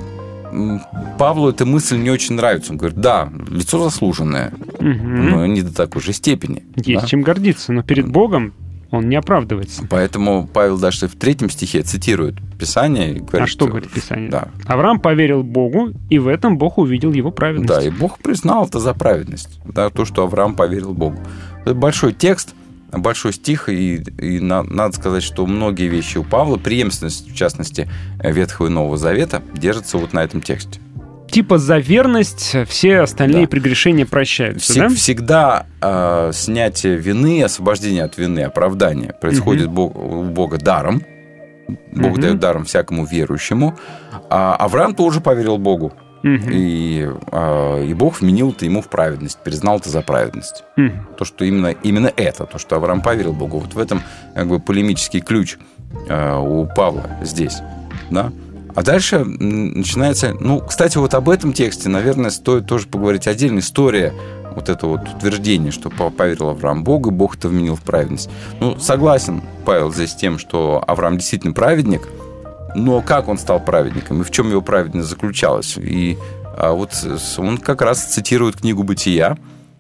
Павлу эта мысль не очень нравится. Он говорит, да, лицо заслуженное, угу. но не до такой же степени. Есть да? чем гордиться, но перед Богом он не оправдывается. Поэтому Павел даже в третьем стихе цитирует Писание. И говорит, а что говорит Писание? Да. Авраам поверил Богу, и в этом Бог увидел его праведность. Да, и Бог признал это за праведность. Да, то, что Авраам поверил Богу. Это большой текст, большой стих, и, и на, надо сказать, что многие вещи у Павла, преемственность, в частности, Ветхого и Нового Завета, держится вот на этом тексте. Типа за верность все остальные да. прегрешения прощаются, Всег, да? Всегда э, снятие вины, освобождение от вины, оправдание происходит угу. у Бога даром. Бог угу. дает даром всякому верующему. А Авраам тоже поверил Богу. Uh-huh. И, э, и Бог вменил это ему в праведность, признал это за праведность. Uh-huh. То, что именно, именно это, то, что Авраам поверил Богу, вот в этом как бы полемический ключ э, у Павла здесь. Да? А дальше начинается... Ну, кстати, вот об этом тексте, наверное, стоит тоже поговорить отдельно. История, вот это вот утверждение, что поверил Авраам Богу, и Бог это вменил в праведность. Ну, согласен Павел здесь с тем, что Авраам действительно праведник, но как он стал праведником и в чем его праведность заключалась? И а, вот он как раз цитирует книгу «Бытия»,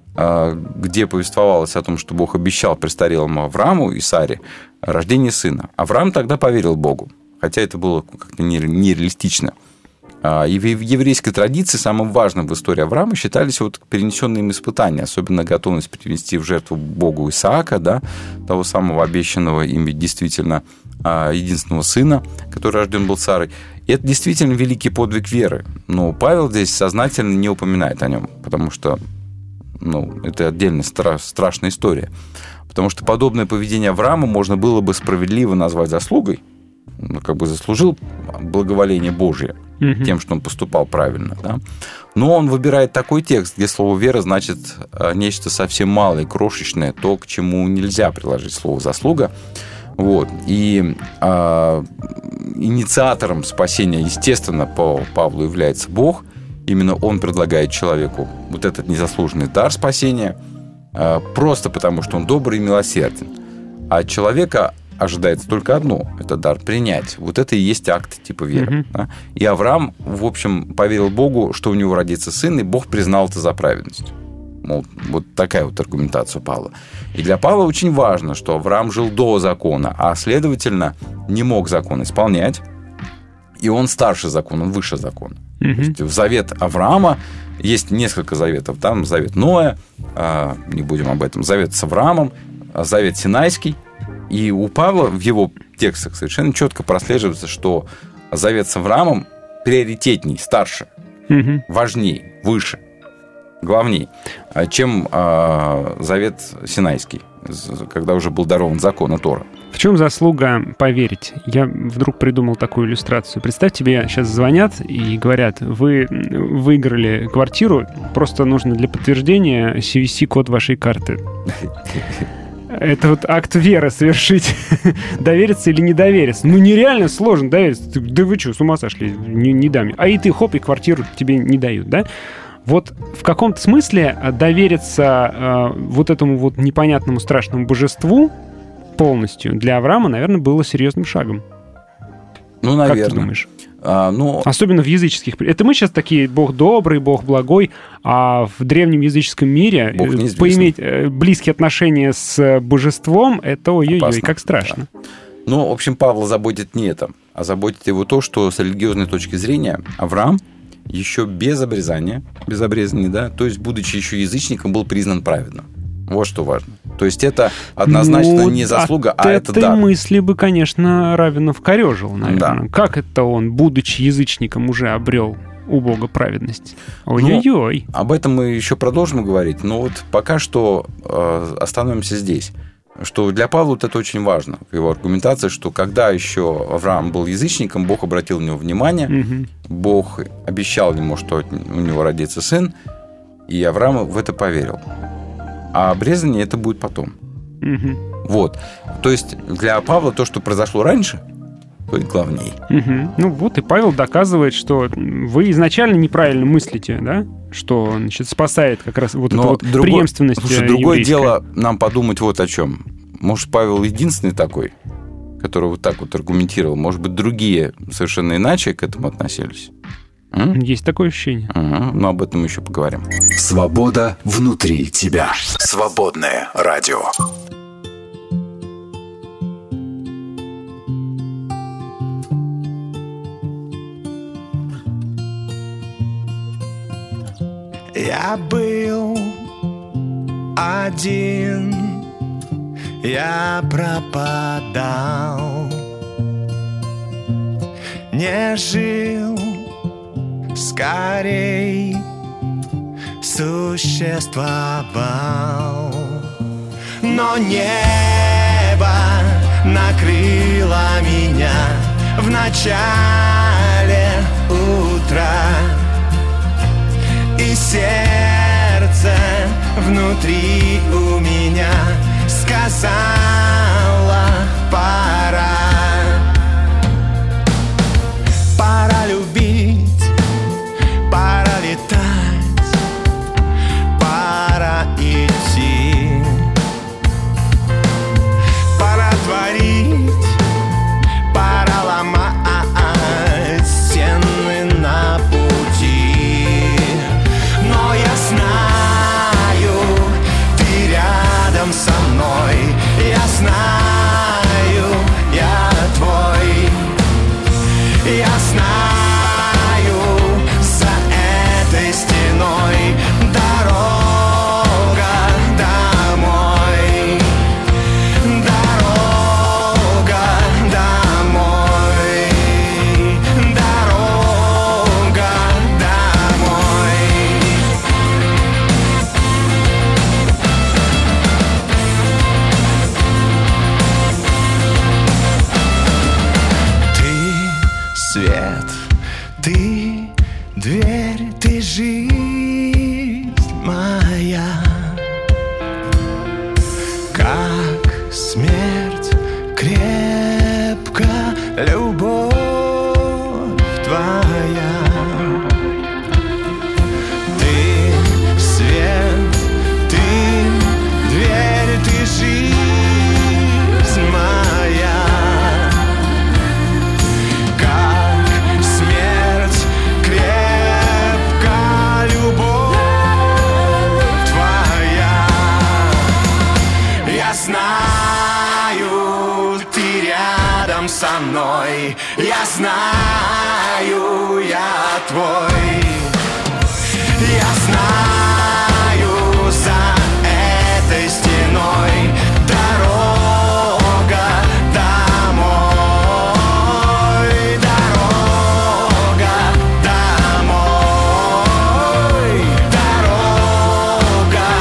а, где повествовалось о том, что Бог обещал престарелому Аврааму и Саре рождение сына. Авраам тогда поверил Богу, хотя это было как-то нереалистично. А, и в еврейской традиции самым важным в истории Авраама считались вот перенесенные им испытания, особенно готовность принести в жертву Богу Исаака, да, того самого обещанного им действительно единственного сына, который рожден был Сарой. И это действительно великий подвиг веры. Но Павел здесь сознательно не упоминает о нем, потому что ну, это отдельная стра- страшная история. Потому что подобное поведение Авраама можно было бы справедливо назвать заслугой. Он как бы заслужил благоволение Божие mm-hmm. тем, что он поступал правильно. Да? Но он выбирает такой текст, где слово «вера» значит нечто совсем малое, крошечное, то, к чему нельзя приложить слово «заслуга». Вот. И э, инициатором спасения, естественно, по Павлу является Бог. Именно он предлагает человеку вот этот незаслуженный дар спасения, э, просто потому, что он добрый и милосерден. А от человека ожидается только одно – это дар принять. Вот это и есть акт типа веры. Mm-hmm. Да? И Авраам, в общем, поверил Богу, что у него родится сын, и Бог признал это за праведность. Мол, вот такая вот аргументация Павла. И для Павла очень важно, что Авраам жил до закона, а, следовательно, не мог закон исполнять. И он старше закона, он выше закона. Mm-hmm. То есть в завет Авраама есть несколько заветов. Там завет Ноя, не будем об этом, завет с Авраамом, завет Синайский. И у Павла в его текстах совершенно четко прослеживается, что завет с Авраамом приоритетней, старше, mm-hmm. важней, выше, главней, чем э, завет Синайский, когда уже был дарован закон Тора. В чем заслуга поверить? Я вдруг придумал такую иллюстрацию. Представь, тебе сейчас звонят и говорят, вы выиграли квартиру, просто нужно для подтверждения си ви си-код вашей карты. Это вот акт веры совершить. Довериться или не довериться. Ну, нереально сложно довериться. Ты, да вы что, с ума сошли? Не, не дам. А и ты, хоп, и квартиру тебе не дают, да? Вот в каком-то смысле довериться э, вот этому вот непонятному страшному божеству полностью для Авраама, наверное, было серьезным шагом. Ну, наверное. Как ты думаешь? А, ну... Особенно в языческих. Это мы сейчас такие, Бог добрый, Бог благой, а в древнем языческом мире поиметь близкие отношения с божеством, это ой-ой-ой, опасно, как страшно. Да. Ну, в общем, Павла заботит не это, а заботит его то, что с религиозной точки зрения Авраам еще без обрезания, без обрезания, да, то есть, будучи еще язычником, был признан праведным. Вот что важно. То есть это однозначно ну, не заслуга, а это дар. От этой мысли бы, конечно, Равинов корежил, наверное. Да. Как это он, будучи язычником, уже обрел у Бога праведность? Ой-ой-ой. Ну, об этом мы еще продолжим говорить, но вот пока что э, остановимся здесь. Что для Павла вот это очень важно. Его аргументация, что когда еще Авраам был язычником, Бог обратил на него внимание, угу. Бог обещал ему, что у него родится сын, и Авраам в это поверил. А обрезание это будет потом. Угу. Вот. То есть для Павла то, что произошло раньше, то и главнее. Угу. Ну вот, и Павел доказывает, что вы изначально неправильно мыслите, да? Что, значит, спасает как раз вот эту вот другой, преемственность слушай, другое дело нам подумать вот о чем. Может, Павел единственный такой, который вот так вот аргументировал. Может быть, другие совершенно иначе к этому относились. М? Есть такое ощущение. Ага, но об этом мы еще поговорим. Свобода внутри тебя. Свободное радио. Я был один, я пропадал, не жил, скорей существовал. Но небо накрыло меня в начале утра, и сердце внутри у меня сказала: пора. Пора любить, пора летать, пора идти, пора творить, пора ломать стены на пути. Но я знаю, ты рядом со мной, я знаю, я твой, я знаю, за этой стеной дорога домой, дорога домой, дорога домой. Ты свет, ты дверь, ты жизнь моя. Как смерть крепко любовь твоя. Ты свет, ты дверь, ты жизнь моя. Как смерть крепка любовь твоя. Я знаю, ты рядом со мной, я знаю, я твой, я знаю, за этой стеной дорога домой, дорога домой, дорога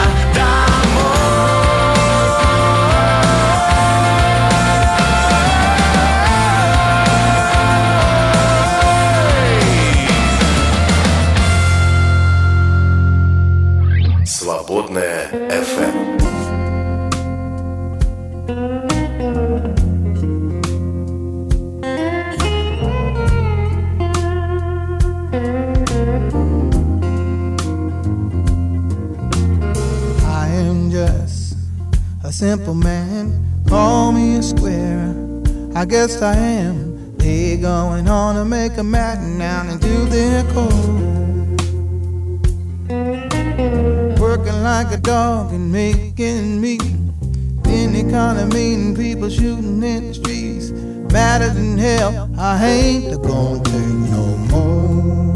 домой. simple man, call me a square. I guess I am. They going on to make a madden down into their core. Working like a dog and making meat. Any kind of mean people shooting in the streets. Madder than hell, I ain't gonna take no more.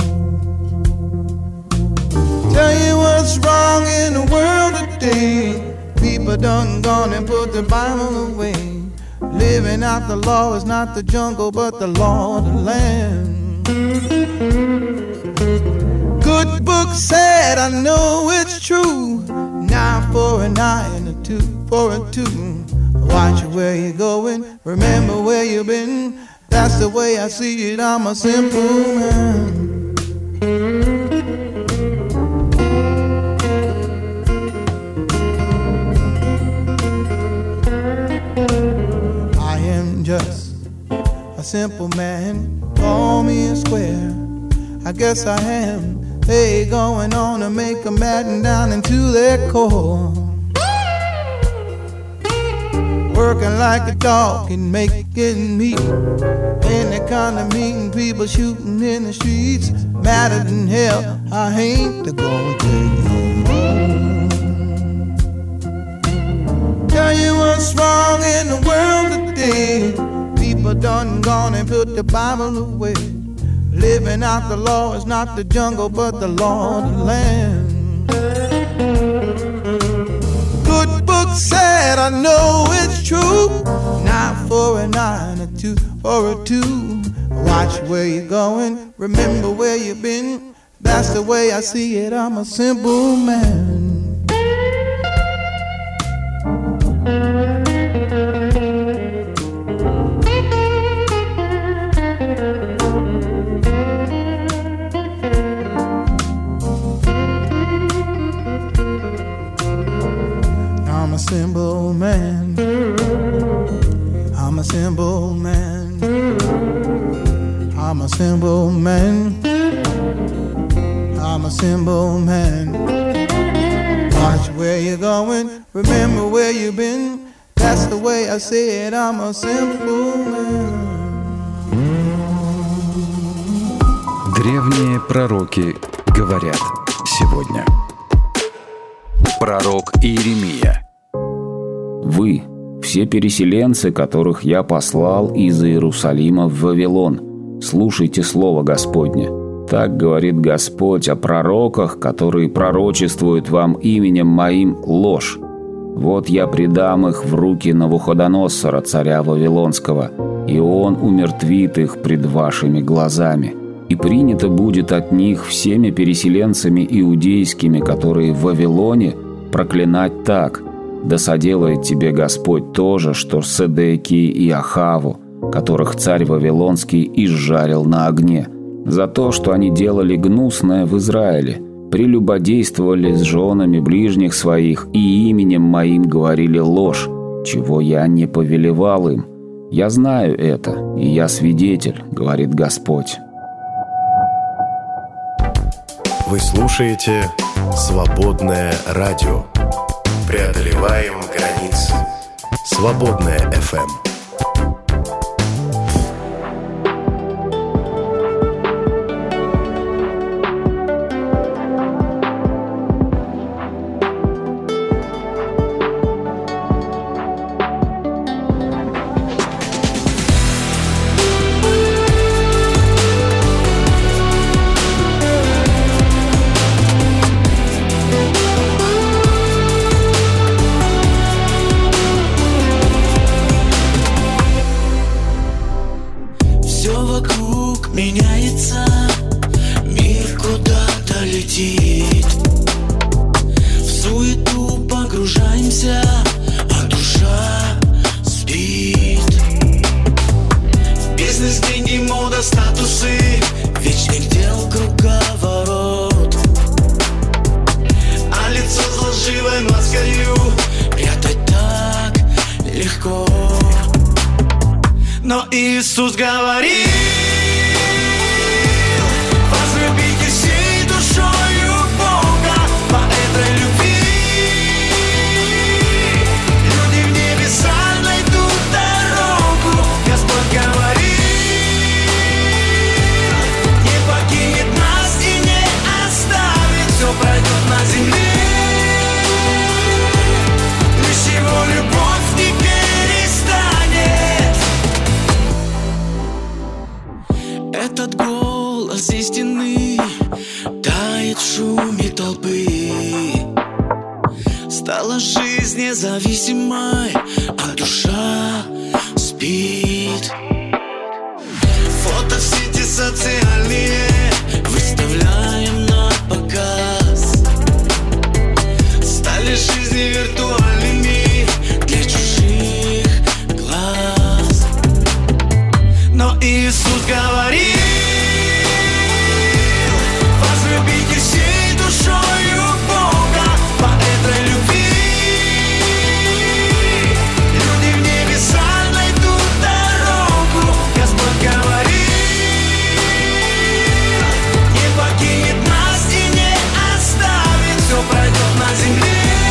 Tell you what's wrong in the world today. People done gone and put the Bible away. Living out the law is not the jungle but the law of the land. Good book said, I know it's true. Nine for an eye and a two for a two. Watch where you're going, remember where you've been. That's the way I see it, I'm a simple man. I am just a simple man, call me a square. I guess I am. They going on to make a madden down into their core. Working like a dog and making meat. Any kind of meeting, people shooting in the streets. Madder than hell, I ain't gonna take no more. Tell you what's wrong in the world today. People done gone and put the Bible away. Living out the law is not the jungle but the law of the land. Good book said, I know it's true. Nine for an eye and a two for a two. Watch where you're going, remember where you've been. That's the way I see it, I'm a simple man. I'm a simple man. I'm a simple man. I'm a simple man. I'm a simple man. Watch where you're going, remember where you've been. That's the way I say it, I'm a simple man. Древние пророки говорят сегодня. Пророк Иеремия. Вы, все переселенцы, которых я послал из Иерусалима в Вавилон, слушайте слово Господне. Так говорит Господь о пророках, которые пророчествуют вам именем моим ложь. Вот я предам их в руки Навуходоносора, царя Вавилонского, и он умертвит их пред вашими глазами. И принято будет от них всеми переселенцами иудейскими, которые в Вавилоне, проклинать так: да соделает тебе Господь то же, что Седекии и Ахаву, которых царь Вавилонский изжарил на огне, за то, что они делали гнусное в Израиле, прелюбодействовали с женами ближних своих и именем моим говорили ложь, чего я не повелевал им. Я знаю это, и я свидетель, говорит Господь. Вы слушаете «Свободное радио». Преодолеваем границы. «Свободное эф эм». Меняется, мир куда-то летит. В суету погружаемся, а душа спит. Бизнес, деньги, мода, статусы, вечных дел круговорот. А лицо с лживой маскою прятать так легко. Но Иисус говорит: возлюбите всей душою Бога, по этой любви люди Этот голос истины тает в шуме толпы. Стала жизнь независимой, а душа спит. Фото в сети социальные выставляем на показ. Стали жизни виртуальными для чужих глаз. Но Иисус говорил: возлюбите всей душою Бога. По этой любви люди в небеса найдут дорогу. Господь говорил, не покинет нас и не оставит. Все пройдет на земле,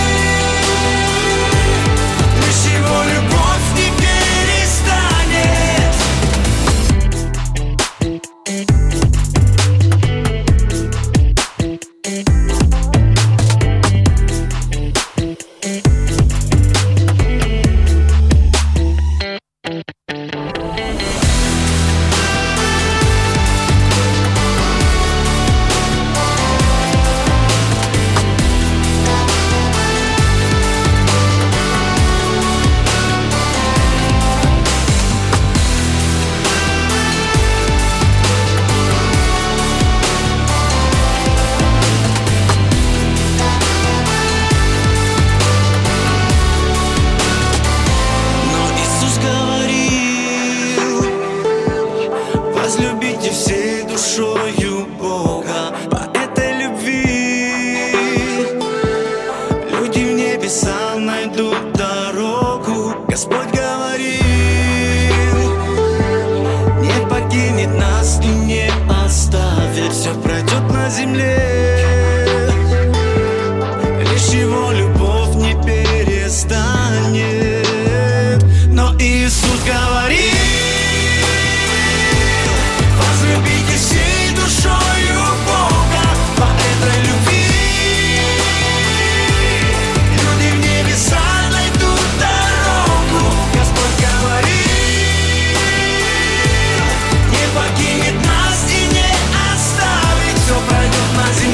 лишь Его любовь не перестанет. Возлюбите всей душою Бога. По этой любви люди в небеса найдут дорогу. Господь говорил, не покинет нас и не оставит. Все пройдет на земле, лишь Его любовь не перестанет. Но Иисус говорил: возлюбите всей душою Бога. По этой любви люди в небеса найдут дорогу. Господь говорил, не покинет нас и не оставит. Все пройдет на земле,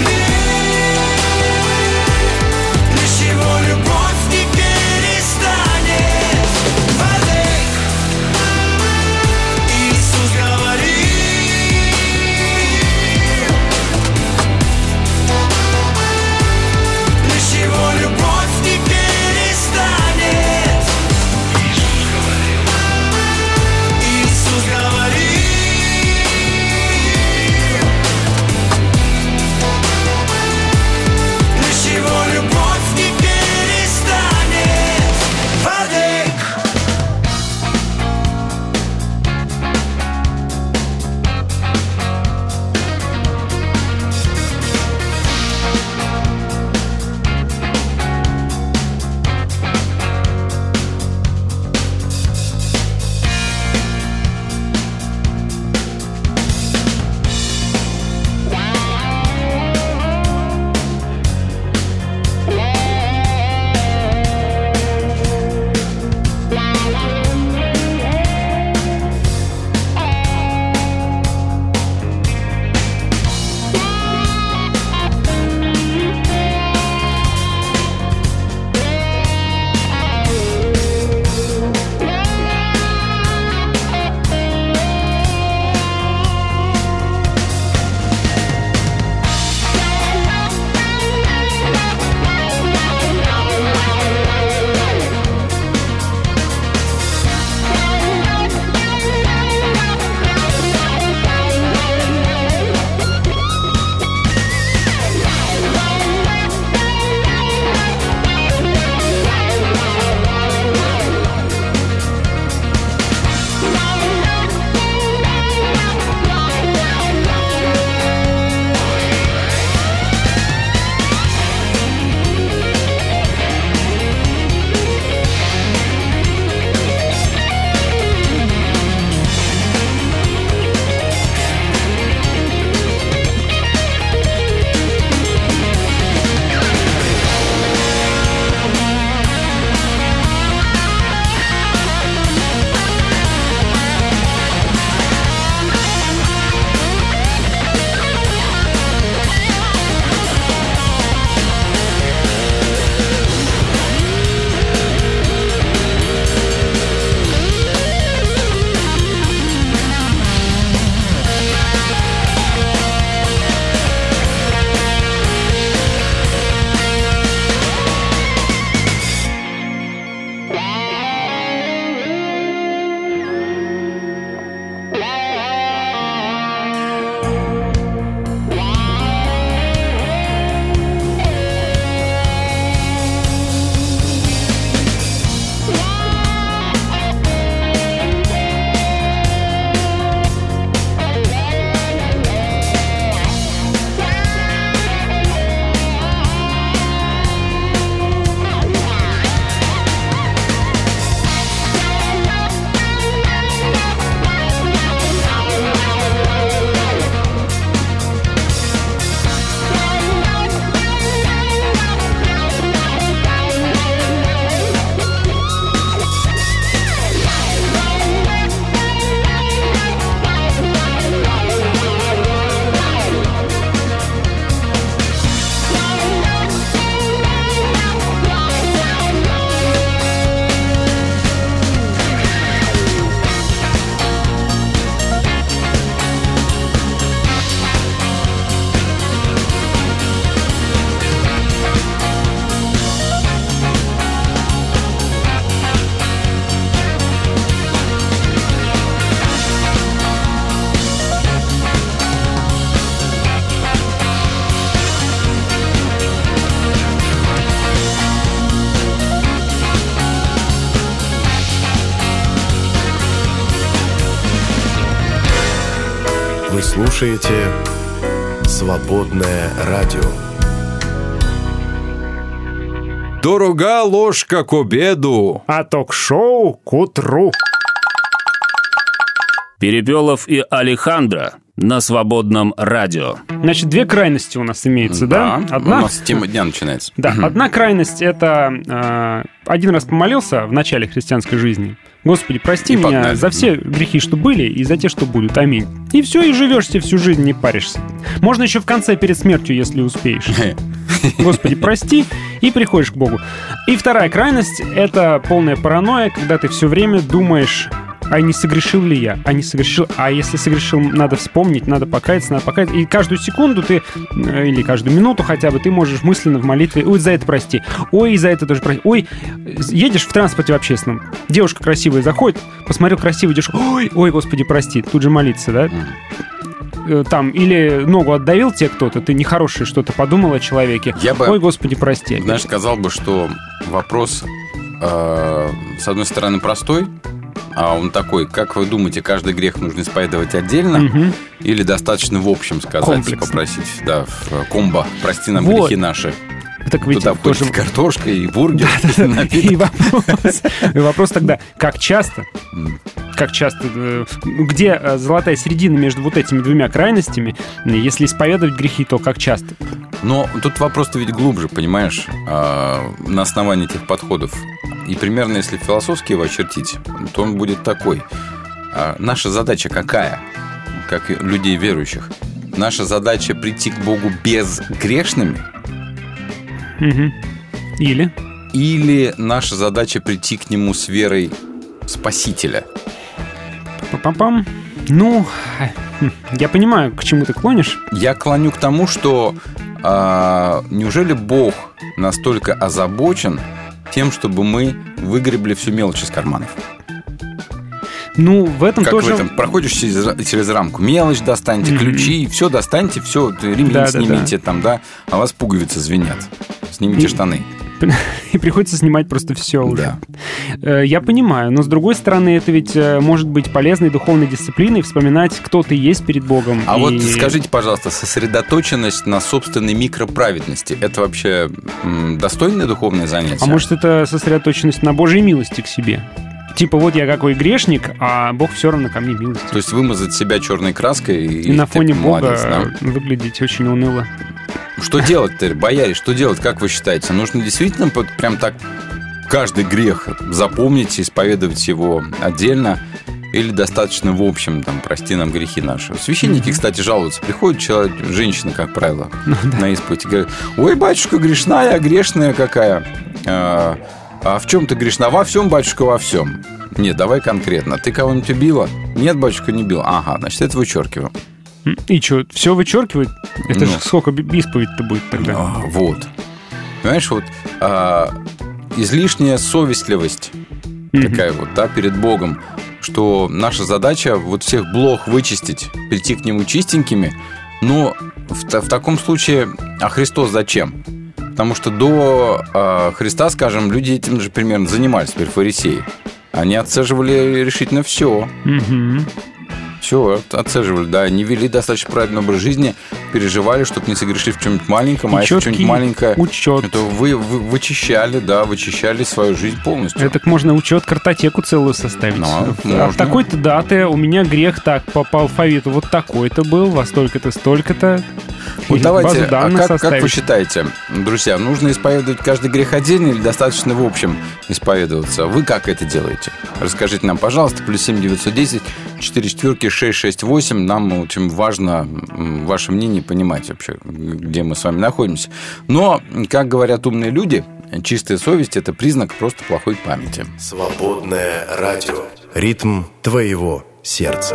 Вы слушаете «Свободное радио». Дорога ложка к обеду, а ток-шоу к утру. Перепелов и Алехандро на Свободном радио. Значит, две крайности у нас имеется, да? Да, одна... у нас тема дня начинается. Да, Угу. Одна крайность — это э, один раз помолился в начале христианской жизни. Господи, прости И меня погнали. за все грехи, что были, и за те, что будут. Аминь. И все, и живешь себе всю жизнь, не паришься. Можно еще в конце, перед смертью, если успеешь. Господи, прости, и приходишь к Богу. И вторая крайность — это полная паранойя, когда ты все время думаешь: а не согрешил ли я? А не согрешил? А если согрешил, надо вспомнить, надо покаяться, надо покаяться. И каждую секунду ты, или каждую минуту хотя бы, ты можешь мысленно в молитве: ой, за это прости, ой, за это тоже прости. Ой, едешь в транспорте в общественном, девушка красивая заходит, посмотрел красивую девушку, ой, ой, Господи, прости, тут же молиться, да? Там, или ногу отдавил тебе кто-то, ты нехорошее что-то подумал о человеке. Я бы, ой, Господи, прости. Знаешь, сказал бы, что вопрос, э, с одной стороны, простой, а он такой: как вы думаете, каждый грех нужно исповедовать отдельно, угу. или достаточно в общем сказать, комплексно попросить, да, в комбо, прости нам вот. грехи наши. Так ведь туда входит тоже... и картошка, и бургер, и и напиток. И вопрос, и вопрос тогда: как часто? Как часто? Где золотая середина между вот этими двумя крайностями? Если исповедовать грехи, то как часто? Но тут вопрос-то ведь глубже, понимаешь, на основании этих подходов. И примерно, если философски его очертить, то он будет такой. Наша задача какая, как и людей верующих? Наша задача прийти к Богу безгрешными? Угу. Или? Или наша задача прийти к Нему с верой Спасителя? Пам-пам. Ну, я понимаю, к чему ты клонишь. Я клоню к тому, что а, неужели Бог настолько озабочен тем, чтобы мы выгребли всю мелочь из карманов? Ну, в этом как тоже... в этом? Проходишь через, через рамку, мелочь достаньте, mm-hmm. ключи, все достаньте, все, ремень да, снимите, да, да. там, да, а у вас пуговицы звенят. Снимите и, штаны. И приходится снимать просто все уже. Да. Я понимаю, но с другой стороны, это ведь может быть полезной духовной дисциплиной вспоминать, кто ты есть перед Богом. А и... вот скажите, пожалуйста, сосредоточенность на собственной микроправедности — это вообще м, достойное духовное занятие? А может, это сосредоточенность на Божьей милости к себе? Типа, вот я какой грешник, а Бог все равно ко мне милостив. То есть вымазать себя черной краской и, и на фоне Бога молодец, да? выглядеть очень уныло. Что делать-то, бояре, что делать, как вы считаете? Нужно действительно прям так каждый грех запомнить, исповедовать его отдельно, или достаточно в общем, там, прости нам грехи наши? Священники, mm-hmm. кстати, жалуются. Приходит человек, женщина, как правило, ну, да. на исповедь и говорит: ой, батюшка, грешная, грешная какая. А, а в чем ты грешна? Во всем, батюшка, во всем. Нет, давай конкретно. Ты кого-нибудь убила? Нет, батюшка, не бил. Ага, значит, это вычеркиваем. И что, все вычеркивать? Это ну, же сколько исповедь-то будет тогда? А, вот. Понимаешь, вот а, излишняя совестливость mm-hmm. такая вот, да, перед Богом, что наша задача вот всех блох вычистить, прийти к Нему чистенькими. Но в, в таком случае, а Христос зачем? Потому что до а, Христа, скажем, люди этим же примерно занимались, теперь фарисеи. Они отцеживали решительно все. Mm-hmm. Все, отцеживали, да, не вели достаточно правильный образ жизни, переживали, чтобы не согрешить в чем-нибудь маленьком, а если что-нибудь маленькое, учет. то вы, вы вычищали, да, вычищали свою жизнь полностью. Это можно учет, картотеку целую составить. Ну, а в такой-то даты у меня грех так по, по алфавиту вот такой-то был, во столько-то, столько-то. Вот давайте, а как, как вы считаете, друзья, нужно исповедовать каждый грех отдельно или достаточно в общем исповедоваться? Вы как это делаете? Расскажите нам, пожалуйста, плюс семь девятьсот десять четыре четверки шесть шесть восемь. Нам очень важно ваше мнение понимать вообще, где мы с вами находимся. Но, как говорят умные люди, чистая совесть — это признак просто плохой памяти. Свободное радио. Ритм твоего сердца.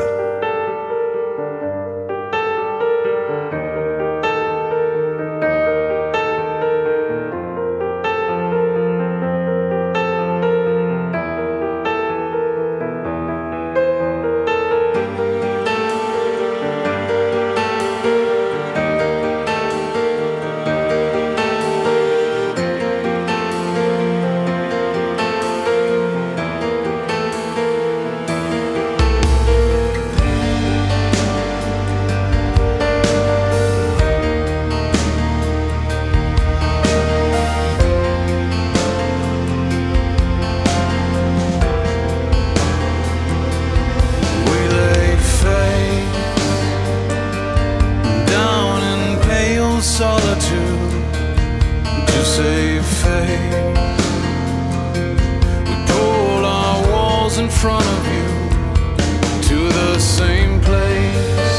front of you to the same place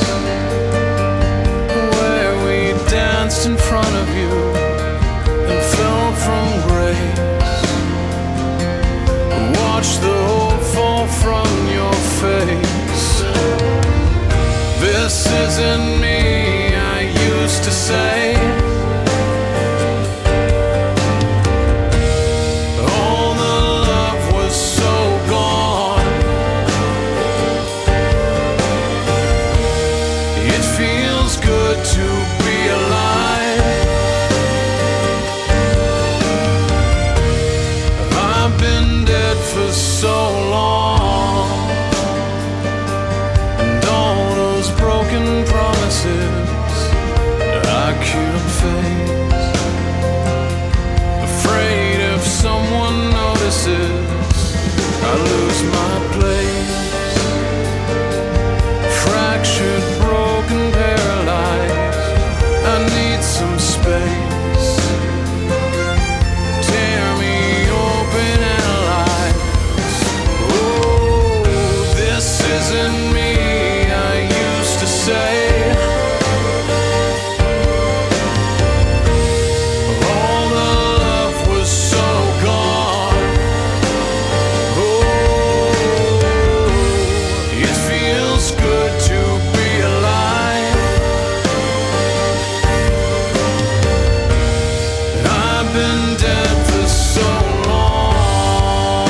where we danced in front of you and fell from grace. Watch the hope fall from your face. This isn't me, I used to say. All the love was so gone. It feels good to be alive. I've been dead for so long, and all those broken promises I couldn't face. Afraid if someone notices, I lose my place. Fractured, broken, paralyzed, I need some space. Tear me open, analyze. Oh, this isn't me, I used to say. All the love was so gone. Oh, it feels good to be alive. I've been dead for so long.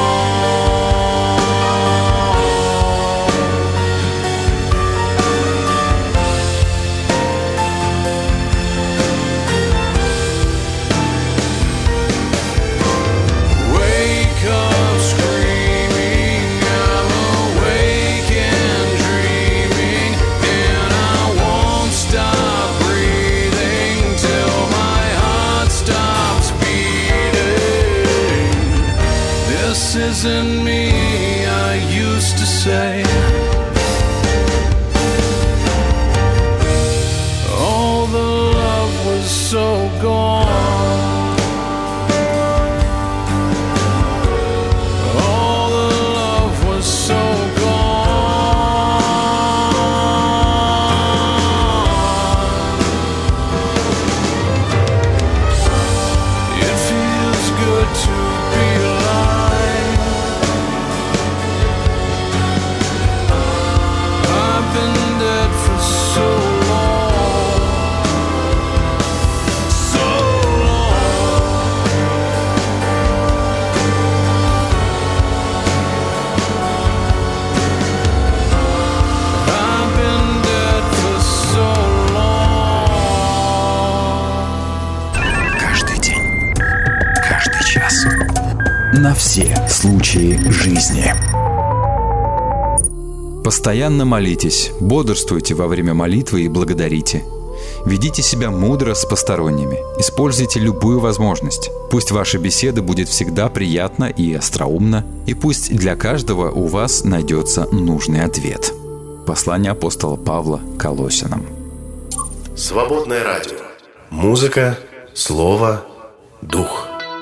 Wake up screaming, I'm awake and dreaming, and I won't stop breathing till my heart stops beating. This isn't me, I used to say. All the love was so gone. All the love was so gone. It feels good to be alive. I've been dead for so long. So long. I've been dead for so long. Каждый день, каждый час. На все случаи жизни. Постоянно молитесь, бодрствуйте во время молитвы и благодарите. Ведите себя мудро с посторонними. Используйте любую возможность. Пусть ваша беседа будет всегда приятна и остроумна, и пусть для каждого у вас найдется нужный ответ. Послание апостола Павла Колоссянам. Свободное радио. Музыка, слово, дух.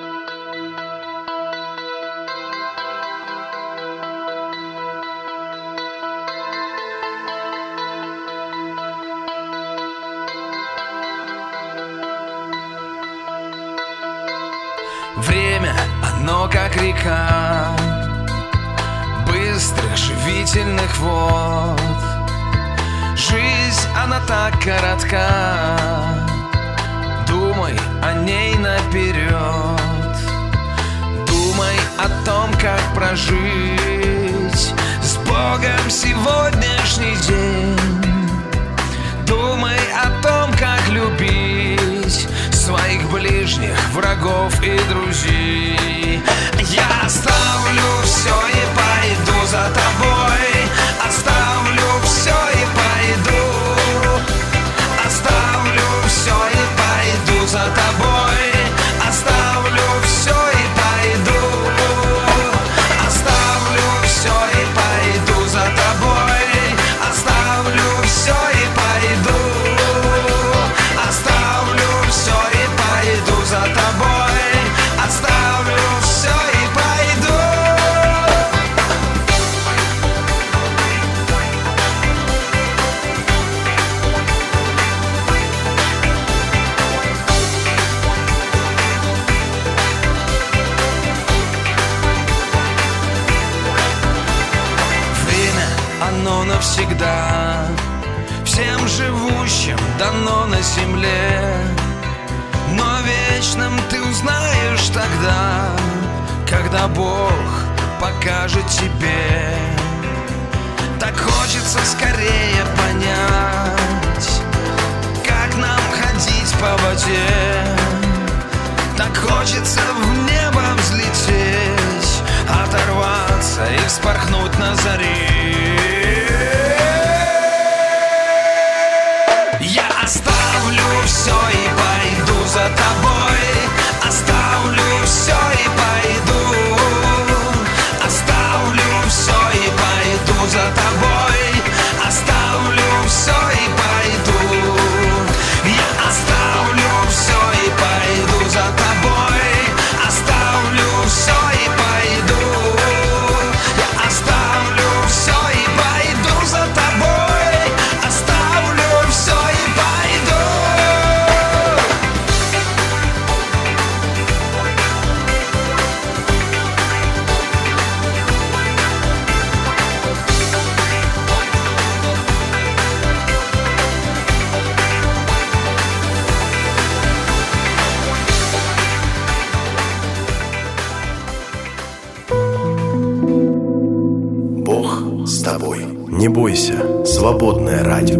Время, оно как река быстрых живительных вод. Жизнь, она так коротка, думай о ней наперед. Думай о том, как прожить с Богом сегодняшний день. Думай о том, как любить своих ближних, врагов и друзей. Я оставлю все и пойду за тобой. Оставлю все и пойду. Оставлю все и пойду за тобой. Оставлю все и пойду. Оставлю все и пойду за тобой. тебя. Всем живущим дано на земле, но вечным ты узнаешь тогда, когда Бог покажет тебе. Так хочется скорее понять, как нам ходить по воде. Так хочется в небо взлететь, оторваться и вспорхнуть на заре. Я оставлю все и пойду за тобой. Оставлю все и пойду. Оставлю все и пойду за тобой. Оставлю все и пойду. Я оставлю все и пойду за тобой. Оставлю все и пойду. Я оставлю все и пойду за тобой. Оставлю все и пойду. Бог с тобой. Не бойся. Свободное радио.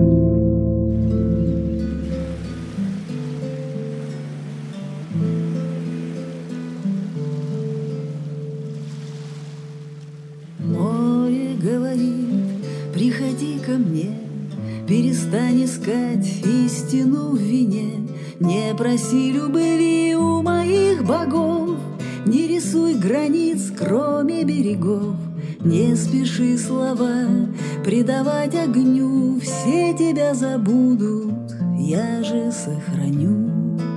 Море говорит, приходи ко мне, перестань искать истину в вине. Не проси любви у моих богов, не рисуй границ, кроме берегов. Не спеши слова предавать огню, все тебя забудут, я же сохраню.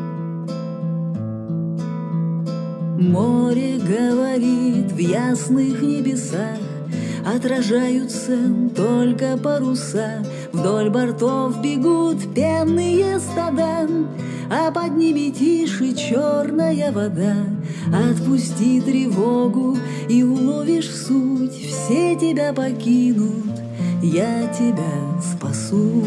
Море говорит, в ясных небесах отражаются только паруса. Вдоль бортов бегут пенные стада, а под ними тише черная вода. Отпусти тревогу и уловишь суть, все тебя покинут, я тебя спасу.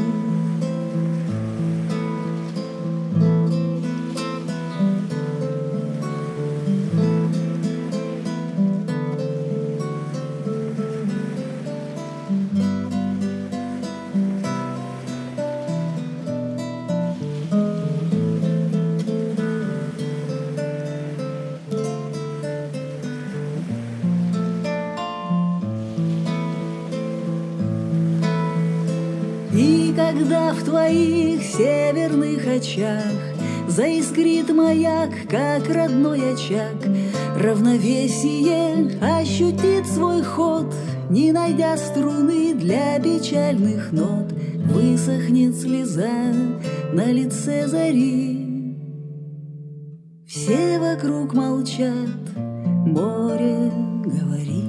И когда в твоих северных очах заискрит маяк, как родной очаг, равновесие ощутит свой ход, не найдя струны для печальных нот, высохнет слеза на лице зари. Все вокруг молчат, море говорит.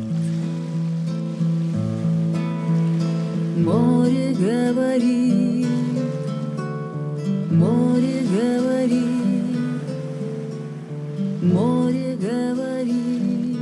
Море говорит, море говорит, море говорит,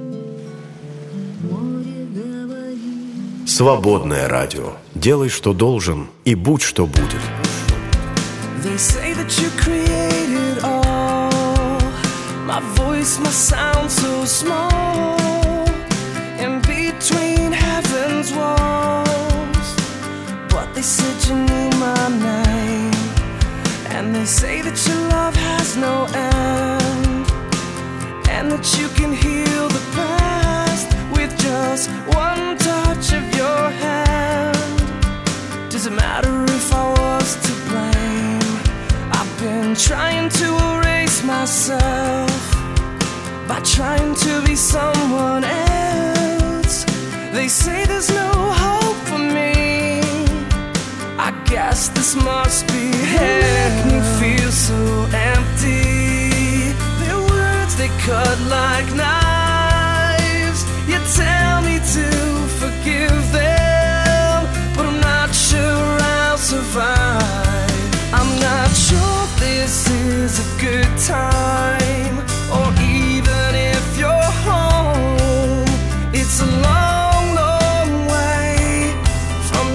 море говорит. Свободное радио. Делай, что должен, и будь, что будет. They say that you created all. My voice must sound so small in between heaven's walls. But they said you knew my name, and they say that your love has no end, and that you can heal the past with just one touch of your hand. Does it matter if I was to blame? I've been trying to erase myself by trying to be someone else. They say there's no hope for me. I guess this must be hell. Make me feel so empty. Their words, they cut like knives. You tell me to forgive them, but I'm not sure I'll survive. I'm not sure this is a good time, or even if you're home. It's a long, long way from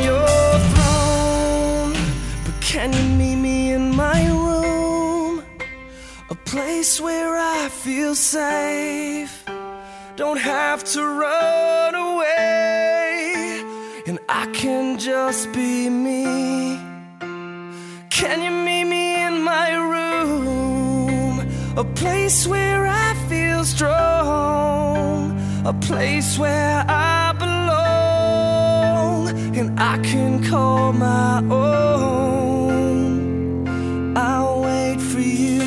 place where I feel safe. Don't have to run away, and I can just be me. Can you meet me in my room? A place where I feel strong, a place where I belong, and I can call my own. I'll wait for you.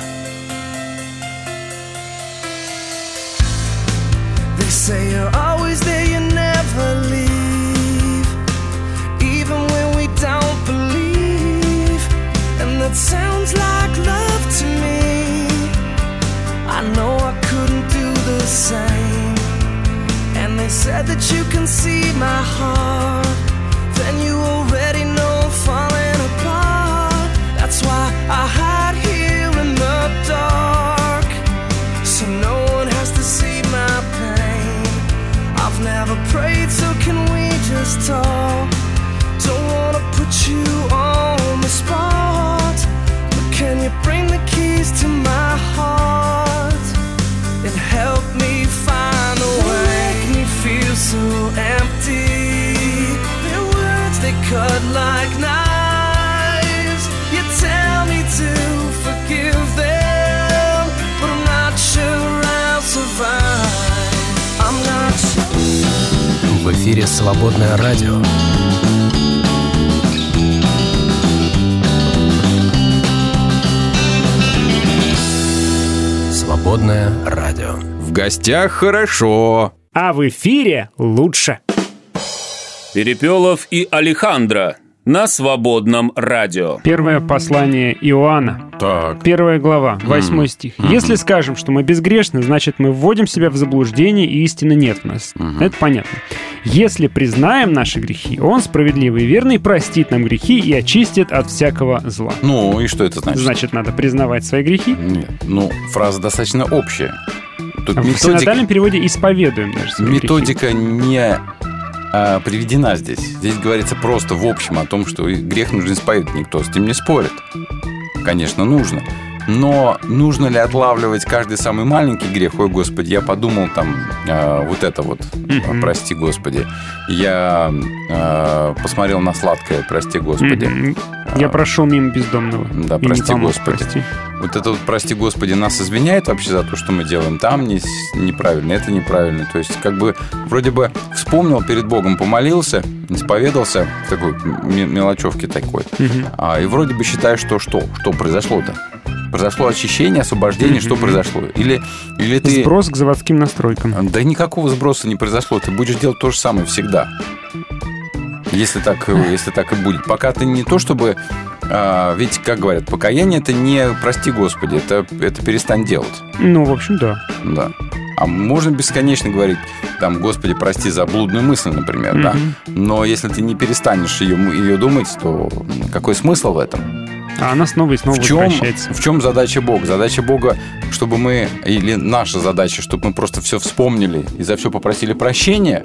They say you're always there, you never leave, even when we don't believe, and that sounds like love to me. I know I couldn't do the same, and they said that you can see my heart, then you already know I'm falling apart. That's why I hide here in the dark, so no one has to see my pain. I've never prayed, so can we just talk? Don't wanna put you on the spot, but can you bring the keys to my heart and help me find a way? Make me feel so empty. Their words, they cut like knives. You tell me to forgive them, but I'm not sure I'll survive. I'm not sure. В эфире «Свободное радио». Свободное радио. В гостях хорошо, а в эфире лучше. Перепелов и Алехандро на Свободном радио. Первое послание Иоанна. Так. Первая глава, восьмой mm-hmm. стих. Mm-hmm. Если скажем, что мы безгрешны, значит, мы вводим себя в заблуждение, и истины нет в нас. Mm-hmm. Это понятно. Если признаем наши грехи, Он справедливый и верный, простит нам грехи и очистит от всякого зла. Ну, и что это значит? Значит, надо признавать свои грехи? Нет, ну, фраза достаточно общая. Тут в методика... синодальном переводе «исповедуем» даже свои методика грехи. не а, приведена здесь. Здесь говорится просто в общем о том, что грех нужно исповедовать. Никто с этим не спорит. Конечно, нужно. Но нужно ли отлавливать каждый самый маленький грех? Ой, Господи, я подумал там э, вот это вот, mm-hmm. прости, Господи. Я э, посмотрел на сладкое, прости, Господи. Mm-hmm. Я прошел мимо бездомного. Да, прости, Господи. Прости. Вот это вот, прости, Господи, нас извиняет вообще за то, что мы делаем там не, неправильно, это неправильно. То есть, как бы, вроде бы вспомнил перед Богом, помолился, исповедался, такой мелочевки такой. Mm-hmm. А, и вроде бы считаешь, что что? Что произошло-то? Произошло очищение, освобождение, mm-hmm. что произошло? Или, или ты... Сброс к заводским настройкам. Да никакого сброса не произошло. Ты будешь делать то же самое всегда. Если так, если так и будет. Пока ты не то, чтобы... А, ведь, как говорят, покаяние – это не «прости, Господи», это, это перестань делать. Ну, в общем, да. Да. А можно бесконечно говорить, там, Господи, прости за блудную мысль, например, mm-hmm. да. Но если ты не перестанешь ее, ее думать, то какой смысл в этом? А она снова и снова в чем, возвращается. В чем задача Бога? Задача Бога, чтобы мы, или наша задача, чтобы мы просто все вспомнили и за все попросили прощения?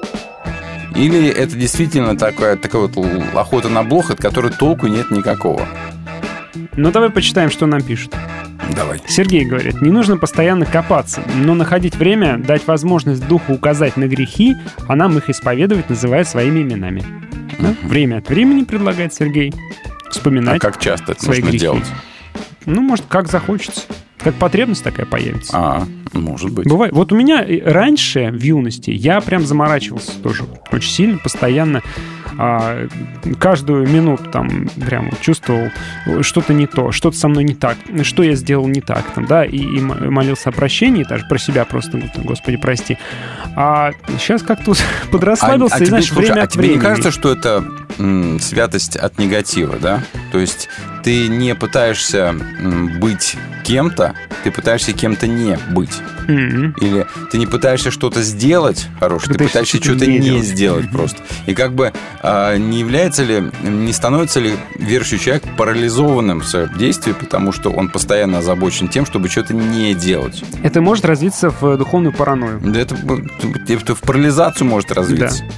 Или это действительно такая, такая вот охота на блох, от которой толку нет никакого? Ну, давай почитаем, что нам пишут. Давай. Сергей говорит, не нужно постоянно копаться, но находить время, дать возможность Духу указать на грехи, а нам их исповедовать, называя своими именами. Да? Uh-huh. Время от времени, предлагает Сергей, вспоминать. А как часто это свои нужно грехи. делать? Ну, может, как захочется. Как потребность такая появится. А, может быть. Бывает. Вот у меня раньше, в юности, я прям заморачивался тоже очень сильно, постоянно. А, каждую минуту там прям чувствовал что-то не то, что-то со мной не так, что я сделал не так, там, да, и, и молился о прощении, даже про себя просто, Господи, прости. А сейчас как-то подрасслабился, а, а и, знаешь, тебе, время а от тебе времени. не кажется, что это м, святость от негатива, да? То есть ты не пытаешься м, быть кем-то, ты пытаешься кем-то не быть. Mm-hmm. Или ты не пытаешься что-то сделать хорошее, ты, ты пытаешься что-то не, не сделать mm-hmm. просто. И как бы а, не является ли, не становится ли верующий человек парализованным в своем действии, потому что он постоянно озабочен тем, чтобы что-то не делать? Это может развиться в духовную паранойю. Да это, это в парализацию может развиться. Да.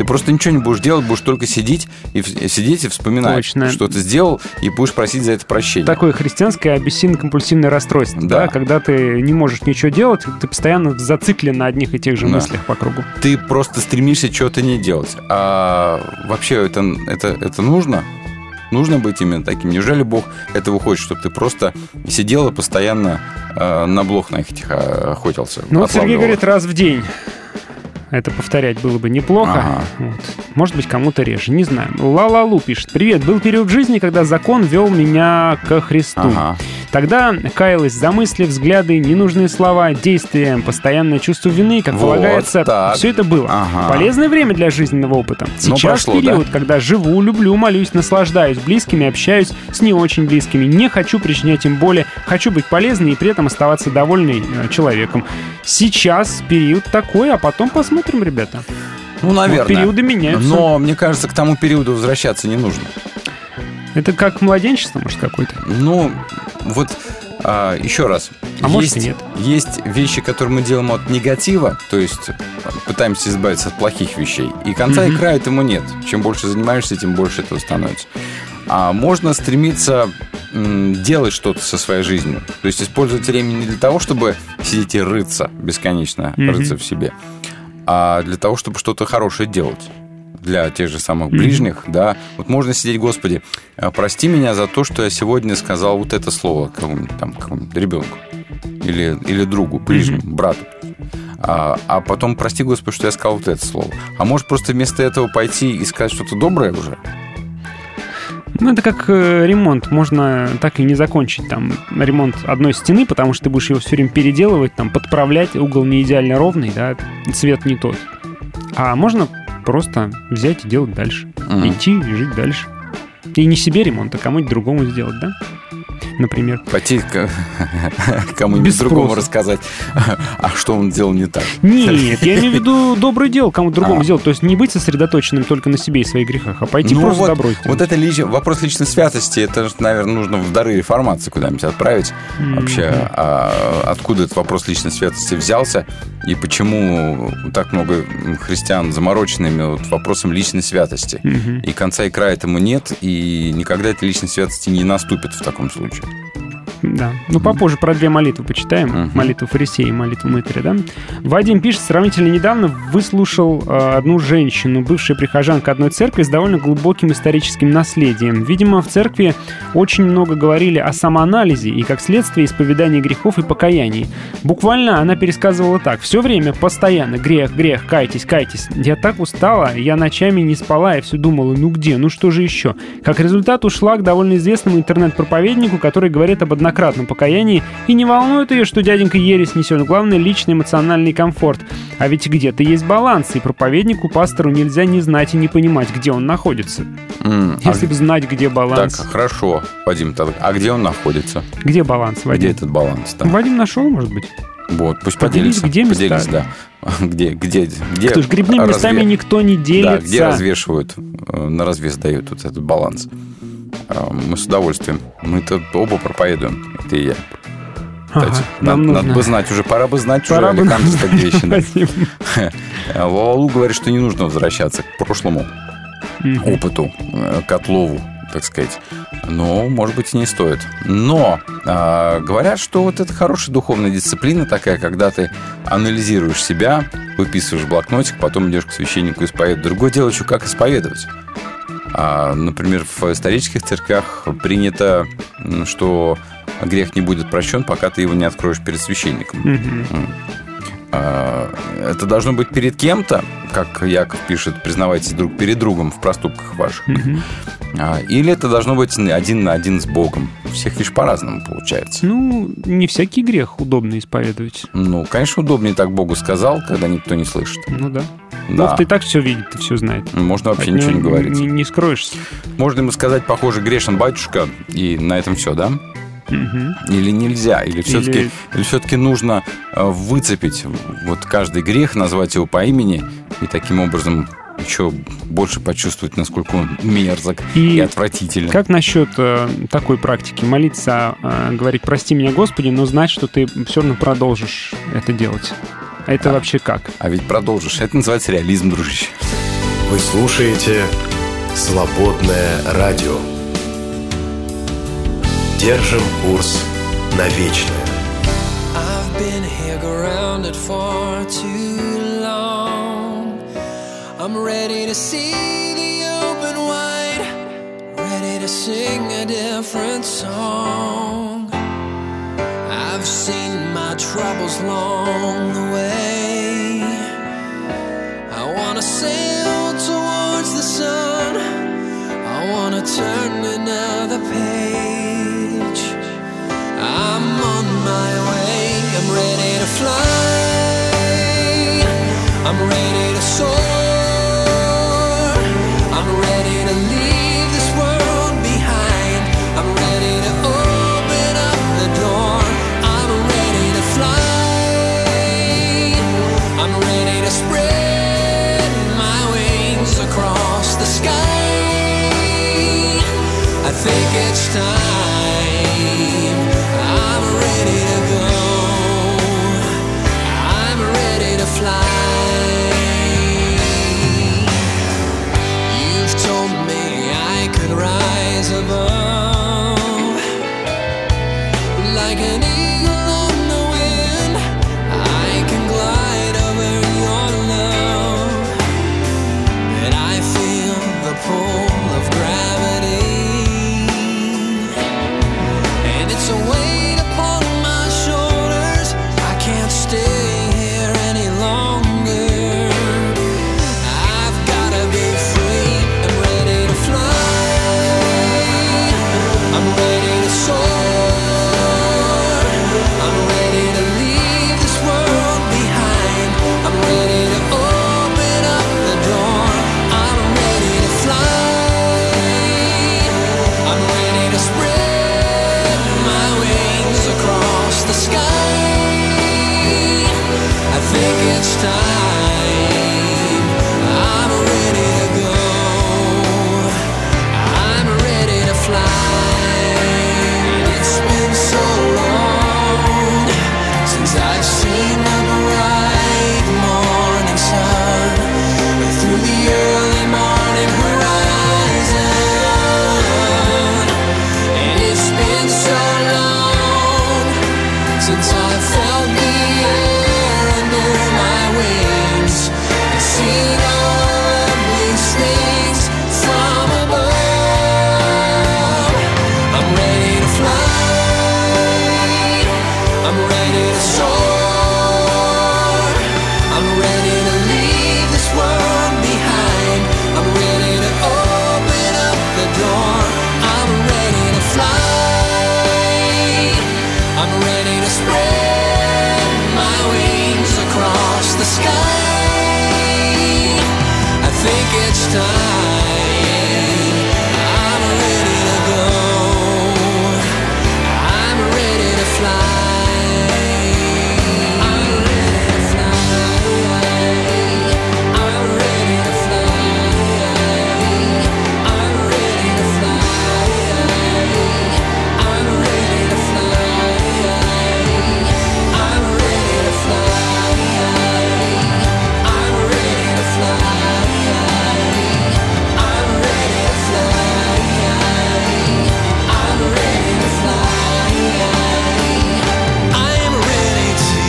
Ты просто ничего не будешь делать, будешь только сидеть и, в- сидеть и вспоминать, Точно. что ты сделал, и будешь просить за это прощения. Такое христианское обессивно-компульсивное расстройство, да. Да. когда ты не можешь ничего делать, ты постоянно зациклен на одних и тех же Да. мыслях по кругу. Ты просто стремишься что-то не делать. А вообще это, это, это нужно? Нужно быть именно таким? Неужели Бог этого хочет, чтобы ты просто сидел и постоянно э, на блох на этих э, охотился? Ну вот Сергей отлавливал? говорит, раз в день. Это повторять было бы неплохо. Ага. Вот. Может быть, кому-то реже, не знаю. Ла-ла-лу пишет. Привет, был период в жизни, когда закон вел меня ко Христу. Ага. Тогда каялась за мысли, взгляды, ненужные слова, действия, постоянное чувство вины, как Вот полагается. так. Все это было. Ага. Полезное время для жизненного опыта. Ну, Сейчас прошло, период, да? когда живу, люблю, молюсь, наслаждаюсь близкими, общаюсь с не очень близкими. Не хочу причинять им боли, хочу быть полезной и при этом оставаться довольной э, человеком. Сейчас период такой, а потом посмотрим, ребята. Ну, наверное. Вот периоды меняются. Но, мне кажется, к тому периоду возвращаться не нужно. Это как младенчество, может, какое-то? Ну, вот а, еще раз. А может, есть, и нет. Есть вещи, которые мы делаем от негатива, то есть пытаемся избавиться от плохих вещей. И конца и Мгм. края этому нет. Чем больше занимаешься, тем больше этого становится. А можно стремиться м, делать что-то со своей жизнью. То есть использовать время не для того, чтобы сидеть и рыться бесконечно, Мгм. рыться в себе, а для того, чтобы что-то хорошее делать для тех же самых Мгм. ближних, да. Вот можно сидеть, Господи, а, прости меня за то, что я сегодня сказал вот это слово какому-нибудь там, какому-нибудь ребенку или, или другу, ближнему, брату. А, а потом, прости, Господи, что я сказал вот это слово. А может просто вместо этого пойти и сказать что-то доброе уже? Ну, это как э, ремонт. Можно так и не закончить там ремонт одной стены, потому что ты будешь его все время переделывать, там, подправлять, угол не идеально ровный, да, цвет не тот. А можно просто взять и делать дальше. Мгм. Идти и жить дальше. И не себе ремонт, а кому-нибудь другому сделать, да? Например. Пойти к- кому-нибудь Без другому спроса. рассказать, а что он делал не так. Нет, я имею в виду доброе дело кому-то другому А. сделать. То есть не быть сосредоточенным только на себе и своих грехах, а пойти Ну просто вот, добро сделать. вот это лич- вопрос личной святости, это, же, наверное, нужно в дары реформации куда-нибудь отправить. Мгм. Вообще, а откуда этот вопрос личной святости взялся, и почему так много христиан замороченными вот вопросом личной святости. Мгм. И конца и края этому нет, и никогда этой личной святости не наступит в таком случае. Да. Ну, попозже про две молитвы почитаем. Мгм. Молитву Фарисея и молитву Мытаря, да? Вадим пишет, сравнительно недавно выслушал э, одну женщину, бывшая прихожанка одной церкви с довольно глубоким историческим наследием. Видимо, в церкви очень много говорили о самоанализе и, как следствие, исповедании грехов и покаянии. Буквально она пересказывала так. Все время, постоянно, грех, грех, кайтесь, кайтесь. Я так устала, я ночами не спала, и все думала, ну где, ну что же еще? Как результат, ушла к довольно известному интернет-проповеднику, который говорит об однократном покаянии, и не волнует ее, что дяденька ересь несет. Главное — личный эмоциональный комфорт. А ведь где-то есть баланс, и проповеднику, пастору нельзя не знать и не понимать, где он находится. М, Если а- бы знать, где баланс. Так, хорошо, Вадим, так, а где он находится? Где баланс, Вадим? Где этот баланс? Да? Вадим нашел, может быть? Вот, пусть Поделись, поделится. где места? Поделись, да. Где, где, где Кто ж грибными разве- местами никто не делится. Да, где развешивают, э, на развес дают вот этот баланс. Э, Мы с удовольствием. Мы-то оба проповедуем, ты и я. Ага, Кстати, нам надо, нужно. надо бы знать уже, пора бы знать Пора уже, бы Александр, нам- такие вещи. да. Вадим. Э, Лалалу говорит, что не нужно возвращаться к прошлому Мгм. опыту, э, к отлову, так сказать. Но, может быть, и не стоит. Но а, говорят, что вот это хорошая духовная дисциплина такая, когда ты анализируешь себя, выписываешь блокнотик, потом идешь к священнику исповедовать. Другое дело, что как исповедовать. А, например, в исторических церквях принято, м, что грех не будет прощен, пока ты его не откроешь перед священником. Мгм. М. А, это должно быть перед кем-то, как Яков пишет, признавайтесь друг перед другом в проступках ваших. Мгм. А, или это должно быть один на один с Богом. У всех лишь по-разному получается. Ну, не всякий грех удобно исповедовать. Ну, конечно, удобнее так Богу сказал, когда никто не слышит. Ну да. Да. Бог-то и так все видит, и все знает. Можно вообще От ничего не него говорить. Не, не скроешься. Можно ему сказать, похоже, грешен батюшка, и на этом все, да? Мгм. Или нельзя? Или все-таки, Или- или все-таки нужно э, выцепить вот каждый грех, назвать его по имени, и таким образом еще больше почувствовать, насколько он мерзок и, И отвратителен. Как насчет э, такой практики? Молиться, э, говорить «прости меня, Господи», но знать, что ты все равно продолжишь это делать. Это А. вообще как? А ведь продолжишь. Это называется реализм, дружище. Вы слушаете «Свободное радио». Держим курс на вечное. I've been here grounded for too long. I'm ready to see the open wide, ready to sing a different song. I've seen my troubles along the way. I wanna sail towards the sun. I wanna turn another page. I'm on my way. I'm ready to fly. I'm ready to soar. I'm ready to leave this world behind. I'm ready to open up the door. I'm ready to fly. I'm ready to spread my wings across the sky. I think it's time. I'm ready to go. I'm ready to fly. You've told me I could rise above like an eagle on the wind. I can glide over your love, and I feel the pull of gravity, and it's a weight upon my shoulders. I can't stay here any longer. I've gotta be free. I'm ready to fly. I'm ready to soar. I'm ready to leave this world behind. I'm ready to open up the door. I'm ready to fly. I'm ready to spread my wings across the sky. I think it's time. I'm ready to go. I'm ready to fly. It's been so long since I've seen the bright morning sun through the early morning horizon. And it's been so long since I felt the air under my wings and seen all of these things from above. I'm ready to fly. I'm ready to soar. I'm ready to leave this world behind. I'm ready to open up the door. I'm ready to fly. I'm ready to spread my wings across the sky. I think it's time. I'm ready to go. I'm ready to fly. I'm ready to fly. I'm ready to fly. I'm ready to fly. I'm ready to fly. I'm ready to fly. I'm ready to fly. I'm ready to fly. I'm ready to fly. I'm ready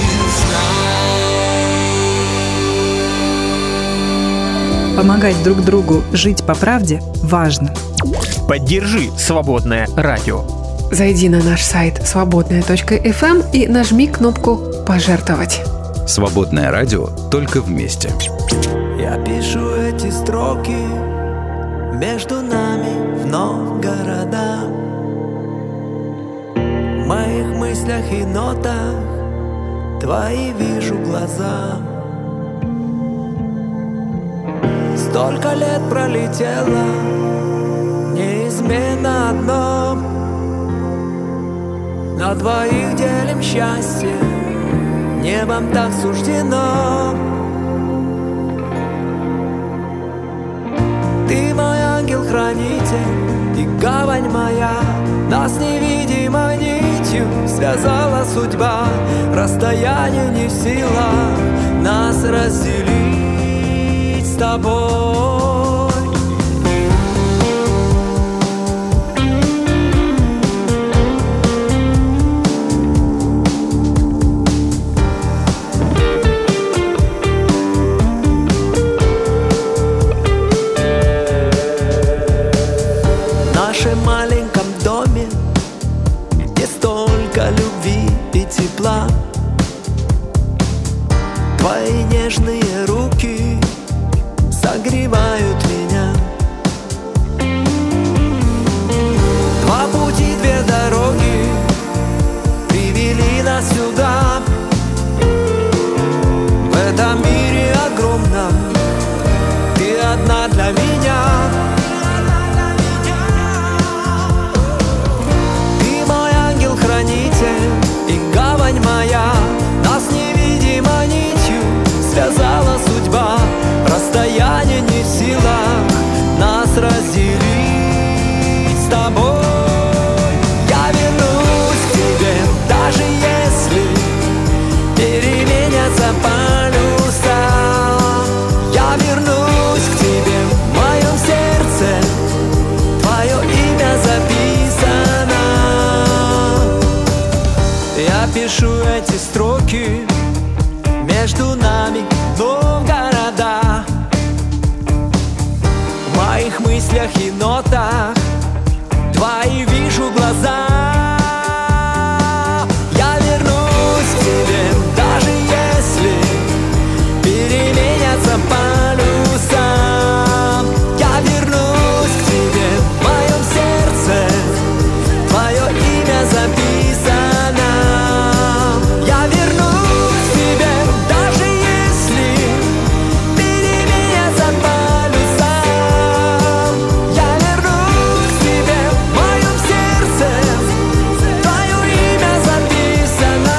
to fly. Помогать друг другу жить по правде важно. Поддержи «Свободное радио». Зайди на наш сайт свободная точка эф эм и нажми кнопку «Пожертвовать». Свободное радио только вместе. Я пишу эти строки между нами вновь города. В моих мыслях и нотах твои вижу глаза. Столько лет пролетело, неизменно одно. На двоих делим счастье, небом так суждено. Ты мой ангел-хранитель и гавань моя. Нас невидимой нитью связала судьба. Расстояние не в силах нас разделить с тобой. Твои нежные руки согревают меня. Два пути, две дороги привели нас сюда. В этом мире огромном ты одна для меня. Ты мой ангел-хранитель и гавань моя. Нас невидимо нитью связала судьба. Расстояние не в силах нас разделить с тобой. Я вернусь к тебе, даже если переменятся полюса. Я вернусь к тебе, в моем сердце твое имя записано. Я пишу эти строки между нами, но в города. В моих мыслях и нотах твои вижу глаза. Я вернусь к тебе, даже если переменятся полюса. Я вернусь к тебе, в моем сердце твое имя записано. Я вернусь к тебе, даже если переменятся полюса. Я вернусь к тебе, в моем сердце твое имя записано.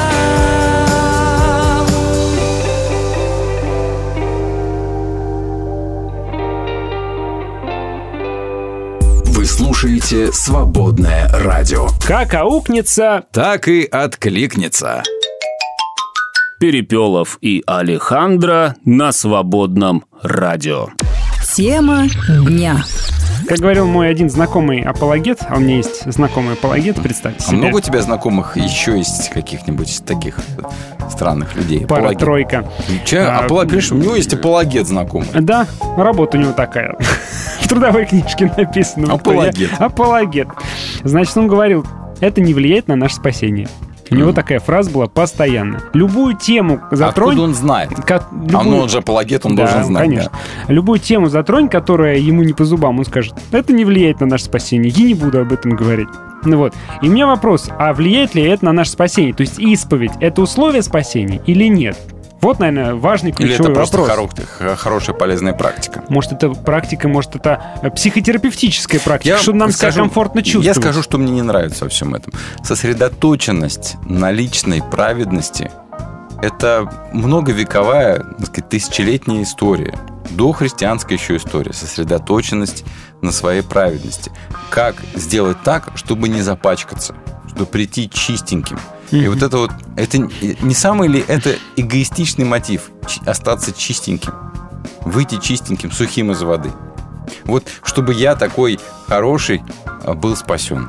Вы слушаете «Свободное радио». Как аукнется, так и откликнется. Перепелов и Алехандро на Свободном радио. Тема дня. Как говорил мой один знакомый апологет, а у меня есть знакомый апологет, представьте А себе. много у тебя знакомых еще есть каких-нибудь таких странных людей? Пара-тройка. Че, А, апологет, говоришь, у него есть апологет знакомый. Да, работа у него такая. В трудовой книжке написано. Апологет. Апологет. Значит, он говорил, это не влияет на наше спасение. У него такая фраза была постоянно. Любую тему затронь... Откуда он знает? Как, любую... А ну, он же апологет, он да, должен знать. Конечно. Да. Любую тему затронь, которая ему не по зубам, он скажет, это не влияет на наше спасение, я не буду об этом говорить. Ну вот. И у меня вопрос, а влияет ли это на наше спасение? То есть исповедь — это условие спасения или нет? Вот, наверное, важный ключевой Или это вопрос. просто хоро- хорошая полезная практика? Может, это практика, может, это психотерапевтическая практика, Я чтобы нам себя скажу, комфортно чувствовать. Я скажу, что мне не нравится во всем этом. Сосредоточенность на личной праведности – это многовековая, так сказать, тысячелетняя история. Дохристианская еще история. Сосредоточенность на своей праведности. Как сделать так, чтобы не запачкаться, чтобы прийти чистеньким. И вот это вот, это не самый ли это эгоистичный мотив – остаться чистеньким, выйти чистеньким, сухим из воды? Вот чтобы я такой хороший был спасен.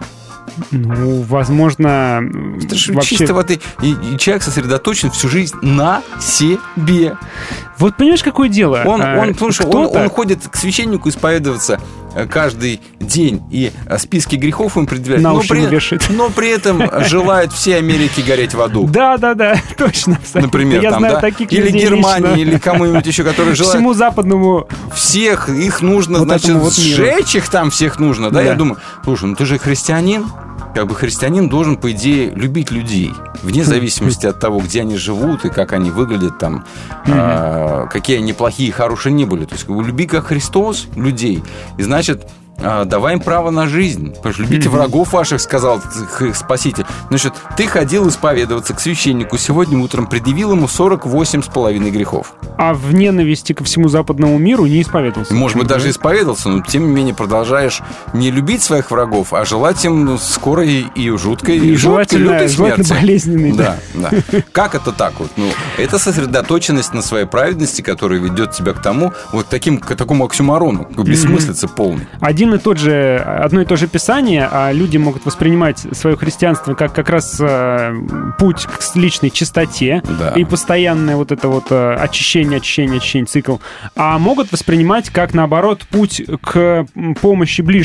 Ну, возможно, это же вообще... чисто воды. И, и человек сосредоточен всю жизнь на себе. Вот понимаешь, какое дело? Он, а, он, потому что он, он ходит к священнику исповедоваться каждый день, и списки грехов им предъявляет, на но, уши при, вешает. но при этом желает всей Америке гореть в аду. Да, да, да, точно. Например, я там, знаю да? таких Или людей Германии, лично. или кому-нибудь еще, который желает... Всему западному... Всех, их нужно, вот значит, вот сжечь их там всех нужно, да? Да. Я думаю, слушай, ну ты же христианин, как бы христианин должен, по идее, любить людей, вне зависимости от того, где они живут и как они выглядят там, э, какие они плохие, хорошие не были. То есть, как бы, люби как Христос людей, и значит, э, давай им право на жизнь. Потому что любите врагов ваших, сказал Спаситель. Значит, ты ходил исповедоваться к священнику, сегодня утром предъявил ему сорок восемь с половиной грехов. А в ненависти ко всему западному миру не исповедовался. Может быть, даже исповедовался, но тем не менее продолжаешь не любить своих врагов, а желать им скорой и жуткой, И и жуткой, лютой желательно смерти. болезненной. Да, да. Как это так вот? Ну, это сосредоточенность на своей праведности, которая ведет тебя к тому, вот таким, к такому оксюморону, к бессмыслице полной. Один и тот же, одно и то же писание, а люди могут воспринимать свое христианство как как раз э, путь к личной чистоте Да. и постоянное вот это вот э, очищение, очищение, очищение, цикл, а могут воспринимать как, наоборот, путь к помощи ближнему.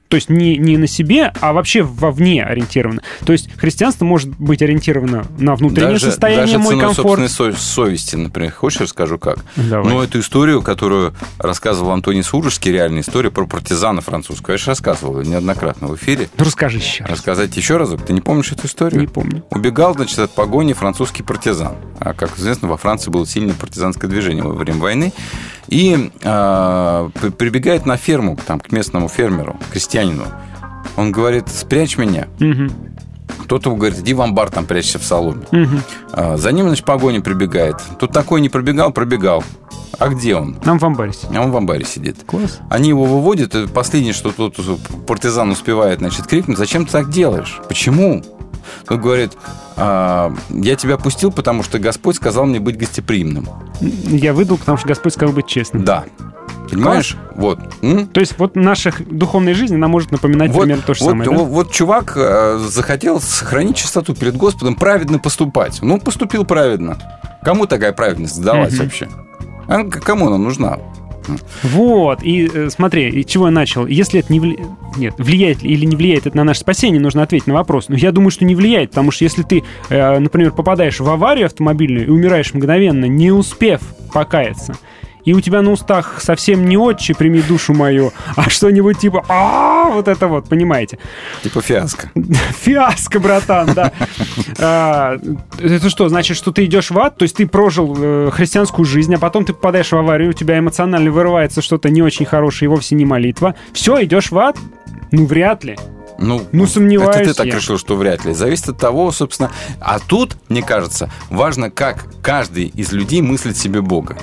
То есть не, не на себе, а вообще вовне ориентировано. То есть христианство может быть ориентировано на внутреннее даже, состояние, даже мой ценой комфорт. собственной со- совести, например. Хочешь, расскажу как? Давай. Ну, эту историю, которую рассказывал Антоний Сурожский, реальная история про партизана французского. Я же рассказывал неоднократно в эфире. Ну, расскажи еще раз. Рассказать еще разок? Ты не помнишь эту историю? Не помню. Убегал, значит, от погони французский партизан. А, как известно, во Франции было сильное партизанское движение во время войны. И а, прибегает на ферму, там, к местному фермеру, крестьянину. Он говорит: спрячь меня. Угу. Кто-то говорит: иди в амбар, там прячься в соломе. Угу. А, за ним, значит, погоня прибегает. Тут такой не пробегал, пробегал. А где он? Нам в амбаре сидит. А он в амбаре сидит. Класс. Они его выводят, и последнее, что тут партизан успевает, значит, крикнуть: зачем ты так делаешь? Почему? Он говорит: а, я тебя пустил, потому что Господь сказал мне быть гостеприимным. Я выдал, потому что Господь сказал быть честным. Да. Понимаешь? Класс. Вот. М? То есть вот наша духовная жизнь, она может напоминать вот, примерно то же вот, самое, вот, да? вот чувак э, захотел сохранить чистоту перед Господом, праведно поступать. Ну, поступил праведно. Кому такая праведность сдалась Мгм. вообще? А кому она нужна? Вот, и э, смотри, и чего я начал. Если это не влияет... Нет, влияет или не влияет это на наше спасение, нужно ответить на вопрос. Но я думаю, что не влияет, потому что если ты, э, например, попадаешь в аварию автомобильную и умираешь мгновенно, не успев покаяться, и у тебя на устах совсем не «Отче, прими душу мою», а что-нибудь типа а вот это вот, понимаете? Типа фиаско. Фиаско, братан, да. А, это что, значит, что ты идешь в ад? То есть ты прожил э, христианскую жизнь, а потом ты попадаешь в аварию, у тебя эмоционально вырывается что-то не очень хорошее и вовсе не молитва. Все, идешь в ад? Ну, вряд ли. Ну, Ну, сомневаюсь это ты так я. решил, что вряд ли. Зависит от того, собственно. А тут, мне кажется, важно, как каждый из людей мыслит себе Бога.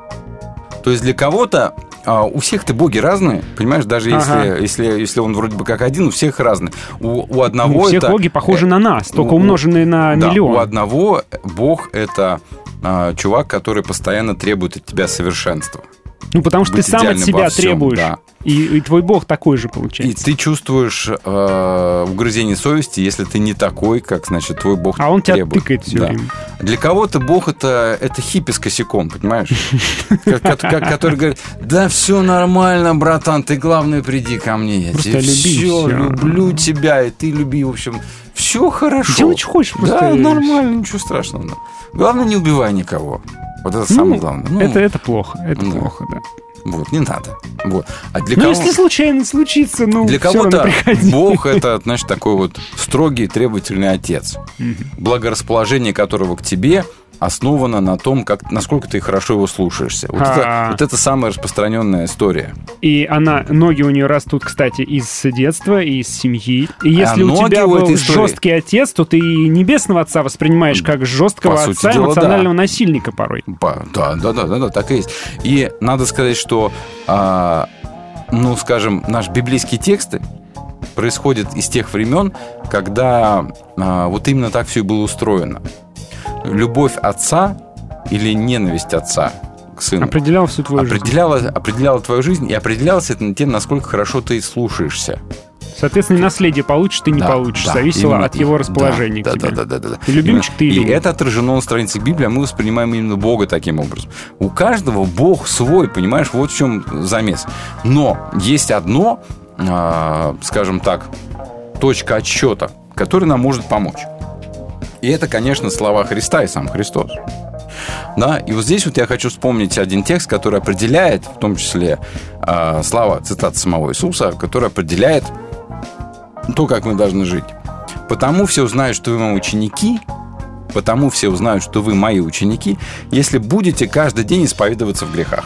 То есть для кого-то а, у всех-то боги разные, понимаешь, даже Ага. если, если, если он вроде бы как один, у всех разные. У, у одного У всех это... боги похожи на нас, только у- умноженные на да, миллион. у одного бог — это а, чувак, который постоянно требует от тебя совершенства. Ну, потому что ты быть сам от идеальным себя во всем, требуешь. да. И, и твой бог такой же И получается. ты чувствуешь э, угрызение совести, если ты не такой, как, значит, твой бог А он тебя требует. тыкает все Да. время. Для кого-то бог это, это хиппи с косяком, понимаешь? Как- как- как- Который говорит: да все нормально, братан, ты главное приди ко мне, я Просто тебе люби, все, всё. люблю тебя, и ты люби, в общем, все хорошо. Делай, что хочешь, просто- Да, нормально, ничего страшного. да. Главное, не убивай никого. Вот это Ну, самое главное. Ну, это, это плохо, это да. плохо, да. Вот, не надо. Вот. А для Ну, кого... если случайно случится, ну, Для всё равно кого-то приходи. Бог — это, значит, такой вот строгий, требовательный отец, благорасположение которого к тебе основано на том, как, насколько ты хорошо его слушаешься. Вот, А. это, вот это самая распространенная история. И она, ноги у нее растут, кстати, из детства, из семьи. И если А у ноги тебя у был этой истории- жесткий отец, то ты и небесного отца воспринимаешь как жесткого По сути отца, дела, эмоционального да. насильника порой. По- Да, да, да, да, да, так и есть. И надо сказать, что, а, ну, скажем, наши библейские тексты происходят из тех времен, когда а, вот именно так все и было устроено. Любовь отца или ненависть отца к сыну Определял всю твою жизнь. определяла, определяла твою жизнь, и определялось это тем, насколько хорошо ты слушаешься. Соответственно, и наследие получишь, ты не Да, получишь. да, Зависело именно- от его расположения да, к тебе. да, да, да, да. Ты любимчик, Именно- ты или И нет? это отражено на страницах Библии, а мы воспринимаем именно Бога таким образом. У каждого Бог свой, понимаешь, вот в чем замес. Но есть одно, а, скажем так, точка отсчета, которая нам может помочь. И это, конечно, слова Христа и сам Христос. Да, и вот здесь вот я хочу вспомнить один текст, который определяет, в том числе э, слова, цитата самого Иисуса, который определяет то, как мы должны жить. «Потому все узнают, что вы мои ученики, потому все узнают, что вы мои ученики, если будете каждый день исповедоваться в грехах».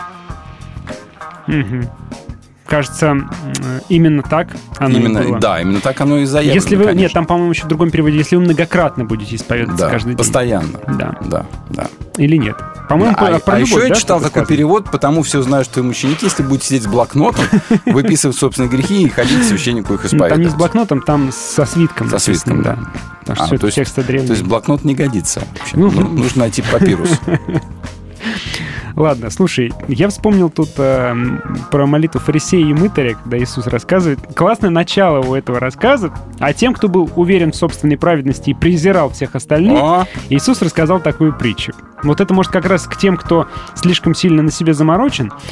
Мгм. Кажется, м, именно так оно Именно, и было. да, именно так оно и заявлено. Если вы, конечно. нет, там, по-моему, еще в другом переводе, если вы многократно будете исповедоваться Да, каждый день. постоянно. Да. Да, да. Или нет? По-моему, а, про а любовь, еще я да, читал что-то такой сказано? перевод, потому все знают, что вы ученики, если будете сидеть с блокнотом, выписывать собственные грехи и ходить к священнику их Ну, Там не с исповедовать. блокнотом, там со свитком. Со свитком, написано, да. Потому что А, все то это есть- тексты древние. То есть блокнот не годится вообще. Ну, Ну, нужно найти папирус. Ладно, слушай, я вспомнил тут э, про молитву фарисея и мытаря, когда Иисус рассказывает. Классное начало у этого рассказа. А тем, кто был уверен в собственной праведности и презирал всех остальных, О! Иисус рассказал такую притчу. Вот это может как раз к тем, кто слишком сильно на себе заморочен.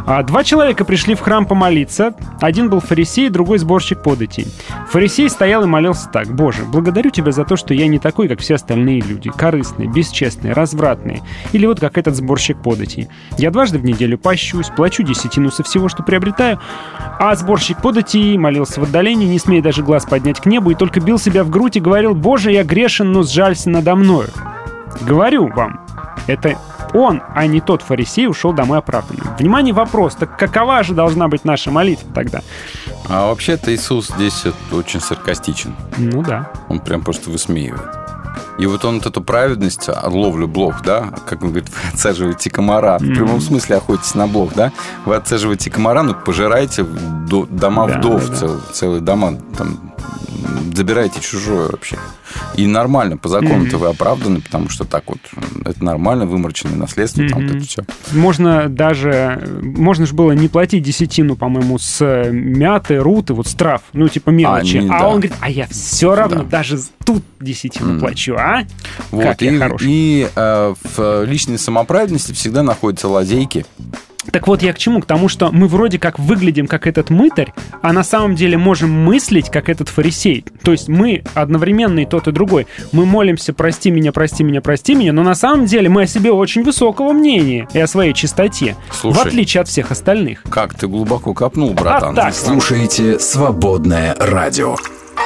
А два человека пришли в храм помолиться. Один был фарисей, другой сборщик податей. Фарисей стоял и молился так: «Боже, благодарю Тебя за то, что я не такой, как все остальные люди, корыстные, бесчестные, развратные, или вот как этот сборщик податей. Я дважды в неделю пощусь, плачу десятину со всего, что приобретаю». А сборщик податей молился в отдалении, не смея даже глаз поднять к небу, и только бил себя в грудь и говорил: «Боже, я грешен, но сжалься надо мною». Говорю вам, это он, а не тот фарисей, ушел домой оправданным. Внимание, вопрос: так какова же должна быть наша молитва тогда? А вообще-то Иисус здесь очень саркастичен. Ну да. Он прям просто высмеивает. И вот он вот эту праведность, ловлю блох, да, как он говорит, вы отсаживаете комара, mm-hmm. в прямом смысле охотитесь на блох, да, вы отсаживаете комара, ну, пожираете дома да, вдов, да, цел, да. целые дома, там, забираете чужое вообще. И нормально, по закону-то mm-hmm. вы оправданы, потому что так вот, это нормально, вымороченное наследство, mm-hmm. там вот это все. Можно даже, можно же было не платить десятину, по-моему, с мяты, руты, вот с трав, ну, типа мелочи. А, не, а да. он говорит: а я все равно да. даже тут десятину mm-hmm. плачу, а? Вот, как и, я хорош. И э, в личной самоправедности всегда находятся лазейки. Так вот я к чему? К тому, что мы вроде как выглядим как этот мытарь, а на самом деле можем мыслить как этот фарисей. То есть мы одновременно и тот, и другой. Мы молимся: прости меня, прости меня, прости меня, но на самом деле мы о себе очень высокого мнения и о своей чистоте. Слушай, в отличие от всех остальных. Как ты глубоко копнул, братан. А так, слушаете «Свободное радио».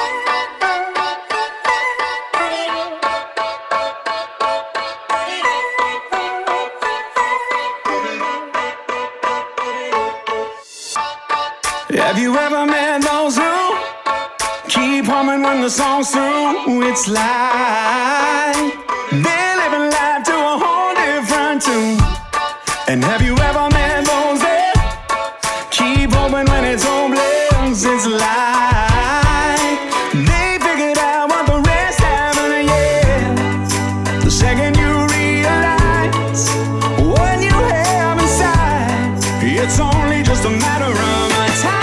Have you ever met those who keep humming when the song's through? It's like they're living life to a whole different tune. And have you ever met those that keep hoping when it's hopeless? It's like they figured out what the rest haven't yet. The second you realize what you have inside, it's only just a matter of time.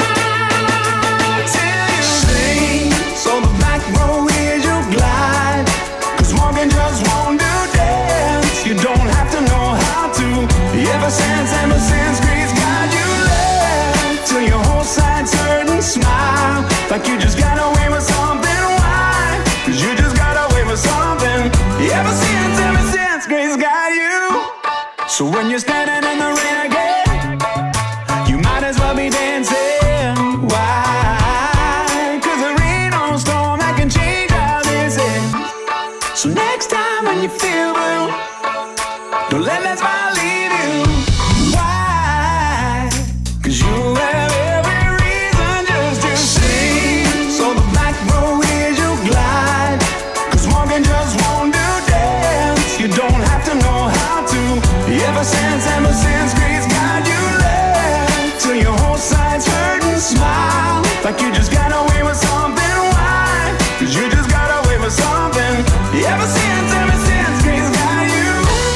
Ever since, ever since grace got you left, till your whole side's hurt and smile, like you just got away with something. Why? Cause you just got away with something. Ever since, ever since grace got you. So when you're standing in the rain again, you might as well be dancing. Why? Cause there ain't no storm that can change how this is. So next time when you feel blue, don't let that smile leave you. Why? Cause you have every reason just to sing. So the back row is you glide, cause walking just won't do dance. You don't have to know how to. Ever since, ever since grace got you left, till your whole side's hurt and smile, like you just got away with something. Why? Cause you just got away with something. Ever since, ever since grace got you.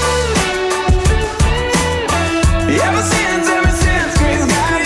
Ever since, ever since grace got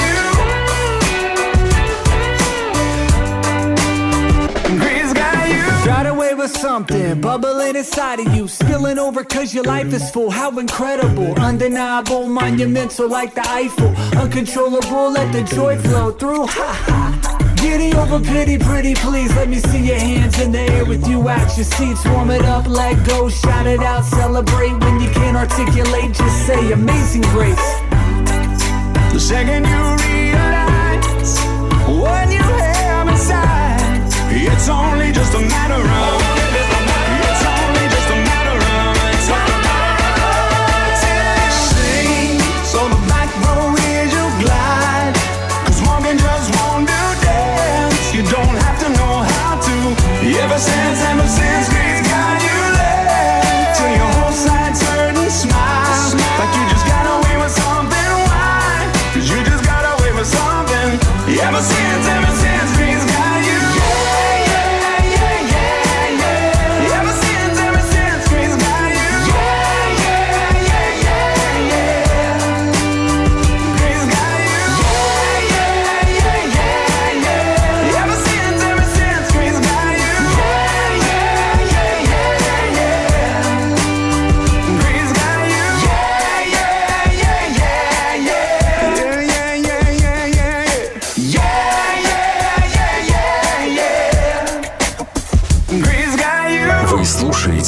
you. Grace got you. Got away with something bubbling inside of you, spilling over cause your life is full. How incredible, undeniable, monumental like the Eiffel. Uncontrollable, let the joy flow through. Ha ha. Giddy over pity, pretty please. Let me see your hands in the air with you at your seats. Warm it up, let go, shout it out, celebrate. When you can't articulate, just say amazing grace. The second you realize what you have inside, it's only just a matter of. It's only just a matter of time. Sing, so the back row is you glide, cause walking just won't do dance. You don't have to know how to. Ever since, ever since grace got you left, till your whole side's hurt and smile, like you just got away with something. Why? Cause you just got away with something. Ever since, ever since grace got you. Yeah, yeah, yeah, yeah, yeah. Ever since, ever since grace got you. Yeah, yeah, yeah, yeah, yeah. Grace got you. Yeah, yeah, yeah, yeah, yeah. Ever since, ever since grace got you. Yeah, yeah, yeah, yeah, yeah. Grace got you. Yeah, yeah, yeah, yeah, yeah. Yeah, yeah.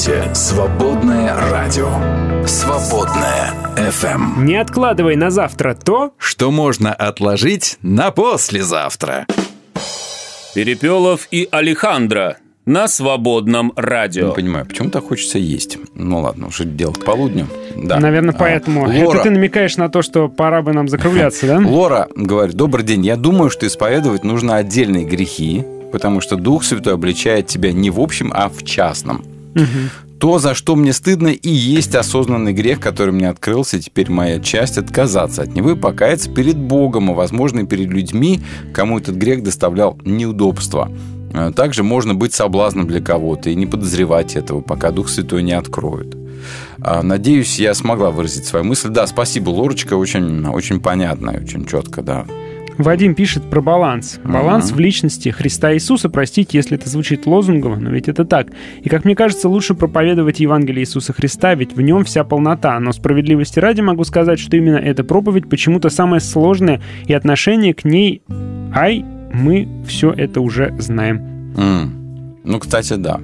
слушаете «Свободное радио». «Свободное эф эм». Не откладывай на завтра то, что можно отложить на послезавтра. Перепелов и Алехандро на Свободном радио. Не понимаю, почему так хочется есть? Ну ладно, уже дело к полудню. Да. Наверное, поэтому. А, Лора... Это ты намекаешь на то, что пора бы нам закругляться, да? Лора говорит: добрый день, я думаю, что исповедовать нужно отдельные грехи, потому что Дух Святой обличает тебя не в общем, а в частном. Угу. То, за что мне стыдно, и есть осознанный грех, который мне открылся, и теперь моя часть — отказаться от него и покаяться перед Богом, а, возможно, и перед людьми, кому этот грех доставлял неудобства. Также можно быть соблазном для кого-то и не подозревать этого, пока Дух Святой не откроет. Надеюсь, я смогла выразить свою мысль. Да, спасибо, Лорочка, очень, очень понятно и очень четко, да. Вадим пишет про баланс. Баланс uh-huh. в личности Христа Иисуса. Простите, если это звучит лозунгово, но ведь это так. И, как мне кажется, лучше проповедовать Евангелие Иисуса Христа, ведь в нем вся полнота. Но справедливости ради могу сказать, что именно эта проповедь почему-то самая сложная, и отношение к ней, ай, мы все это уже знаем. Mm. Ну, кстати, да.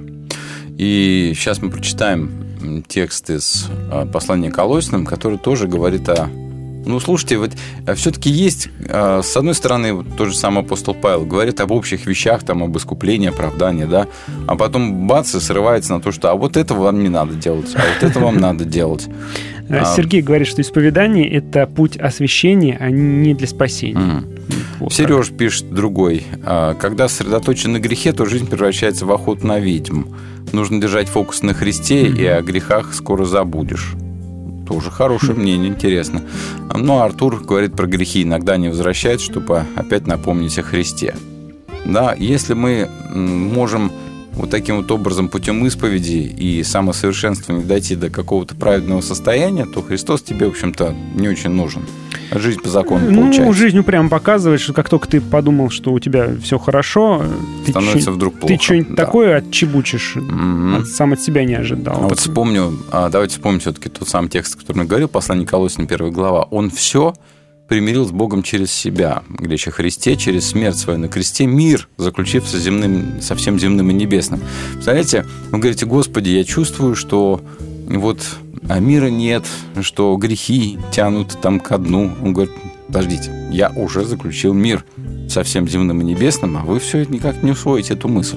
И сейчас мы прочитаем текст из послания к Колоссянам, который тоже говорит о... Ну, слушайте, вот все-таки есть, с одной стороны, вот тот же самый апостол Павел говорит об общих вещах, там, об искуплении, оправдании, да, а потом бац, и срывается на то, что а вот этого вам не надо делать, а вот это вам надо делать. Сергей говорит, что исповедание – это путь освящения, а не для спасения. Mm. Вот Сереж так. Пишет другой. Когда сосредоточен на грехе, то жизнь превращается в охоту на ведьм. Нужно держать фокус на Христе, mm-hmm. и о грехах скоро забудешь. Тоже хорошее мнение, интересно. Ну, а Артур говорит про грехи. Иногда не возвращает, чтобы опять напомнить о Христе. Да, если мы можем вот таким вот образом путем исповеди и самосовершенствования дойти до какого-то праведного состояния, то Христос тебе, в общем-то, не очень нужен. Жизнь по закону ну, получается. Ну, жизнь упрямо показывает, что как только ты подумал, что у тебя все хорошо, становится ты вдруг плохо. Ты что-нибудь да. такое отчебучишь, mm-hmm. сам от себя не ожидал. А вот вспомню, давайте вспомним все-таки тот самый текст, который я говорил, послание к Колоссянам, первая глава. Он все примирил с Богом через себя, речь о Христе, через смерть свою на кресте, мир, заключив со, земным, со всем земным и небесным. Представляете, вы говорите: Господи, я чувствую, что вот а мира нет, что грехи тянут там ко дну. Он говорит: подождите, я уже заключил мир со всем земным и небесным, а вы все это никак не усвоите, эту мысль.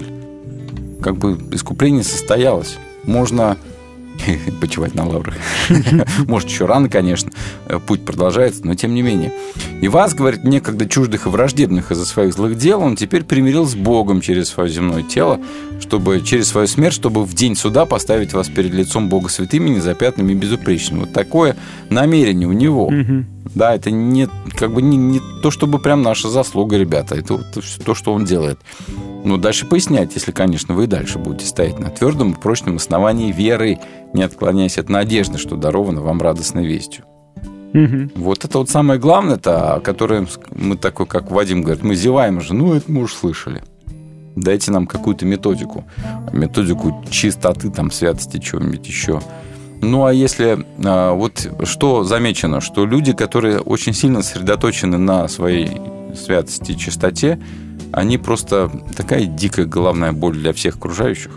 Как бы искупление состоялось. Можно почивать на лаврах. Может, еще рано, конечно. Путь продолжается, но тем не менее. И вас, говорит, некогда чуждых и враждебных из-за своих злых дел, он теперь примирил с Богом через свое земное тело, чтобы через свою смерть, чтобы в день суда поставить вас перед лицом Бога святыми, незапятными и безупречными. Вот такое намерение у него. Mm-hmm. Да, это не, как бы не, не то, чтобы прям наша заслуга, ребята. Это вот то, что он делает. Ну, дальше пояснять, если, конечно, вы и дальше будете стоять на твердом и прочном основании веры, не отклоняясь от надежды, что даровано вам радостной вестью. Угу. Вот это вот самое главное-то, которое мы такой, как Вадим говорит, мы зеваем уже, ну, это мы уже слышали. Дайте нам какую-то методику. Методику чистоты, там, святости, чего-нибудь еще. Ну, а если... Вот что замечено, что люди, которые очень сильно сосредоточены на своей святости и чистоте, они просто такая дикая головная боль для всех окружающих.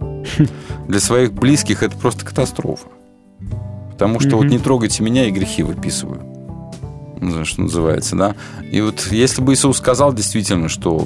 Для своих близких это просто катастрофа. Потому что mm-hmm. вот не трогайте меня, и грехи выписываю. Что называется, да. И вот если бы Иисус сказал действительно, что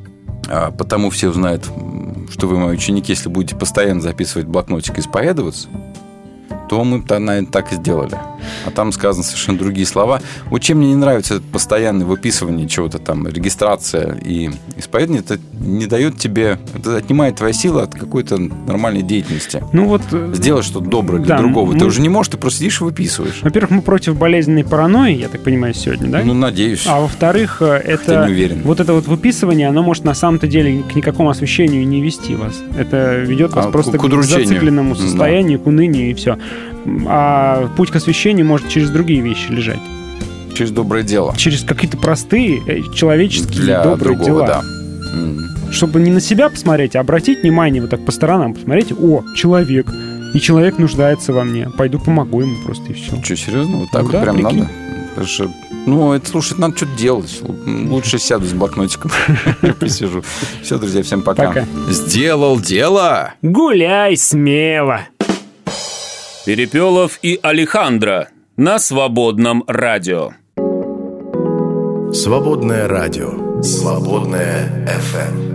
а, потому все узнают, что вы мои ученики, если будете постоянно записывать в блокнотик и исповедоваться, то мы, наверное, так и сделали. А там сказаны совершенно другие слова. Вот чем мне не нравится это постоянное выписывание чего-то там, регистрация и исповедание, это не дает тебе, это отнимает твои силы от какой-то нормальной деятельности. Ну вот... Сделать что-то доброе для да, другого. Мы... Ты уже не можешь, ты просто сидишь и выписываешь. Во-первых, мы против болезненной паранойи, я так понимаю, сегодня, да? Ну, надеюсь. А во-вторых, это... не уверен. Вот это вот выписывание, оно может на самом-то деле к никакому освящению не вести вас. Это ведет вас а, просто к, к, к зацикленному состоянию, да. к унынию и все. А путь к освящению может через другие вещи лежать. Через доброе дело. Через какие-то простые человеческие для добрые другого, дела. Да. Чтобы не на себя посмотреть, а обратить внимание вот так по сторонам. Посмотрите, о, человек. И человек нуждается во мне. Пойду помогу ему просто, и все. Что, серьезно? Вот так ну, вот да, прям прикинь. надо? Потому что, ну, это, слушай, надо что-то делать. Лучше сяду с блокнотиком, посижу. Все, друзья, всем пока. Пока. Сделал дело. Гуляй смело. Перепелов и Алехандро на Свободном радио. Свободное радио. Свободное эф эм.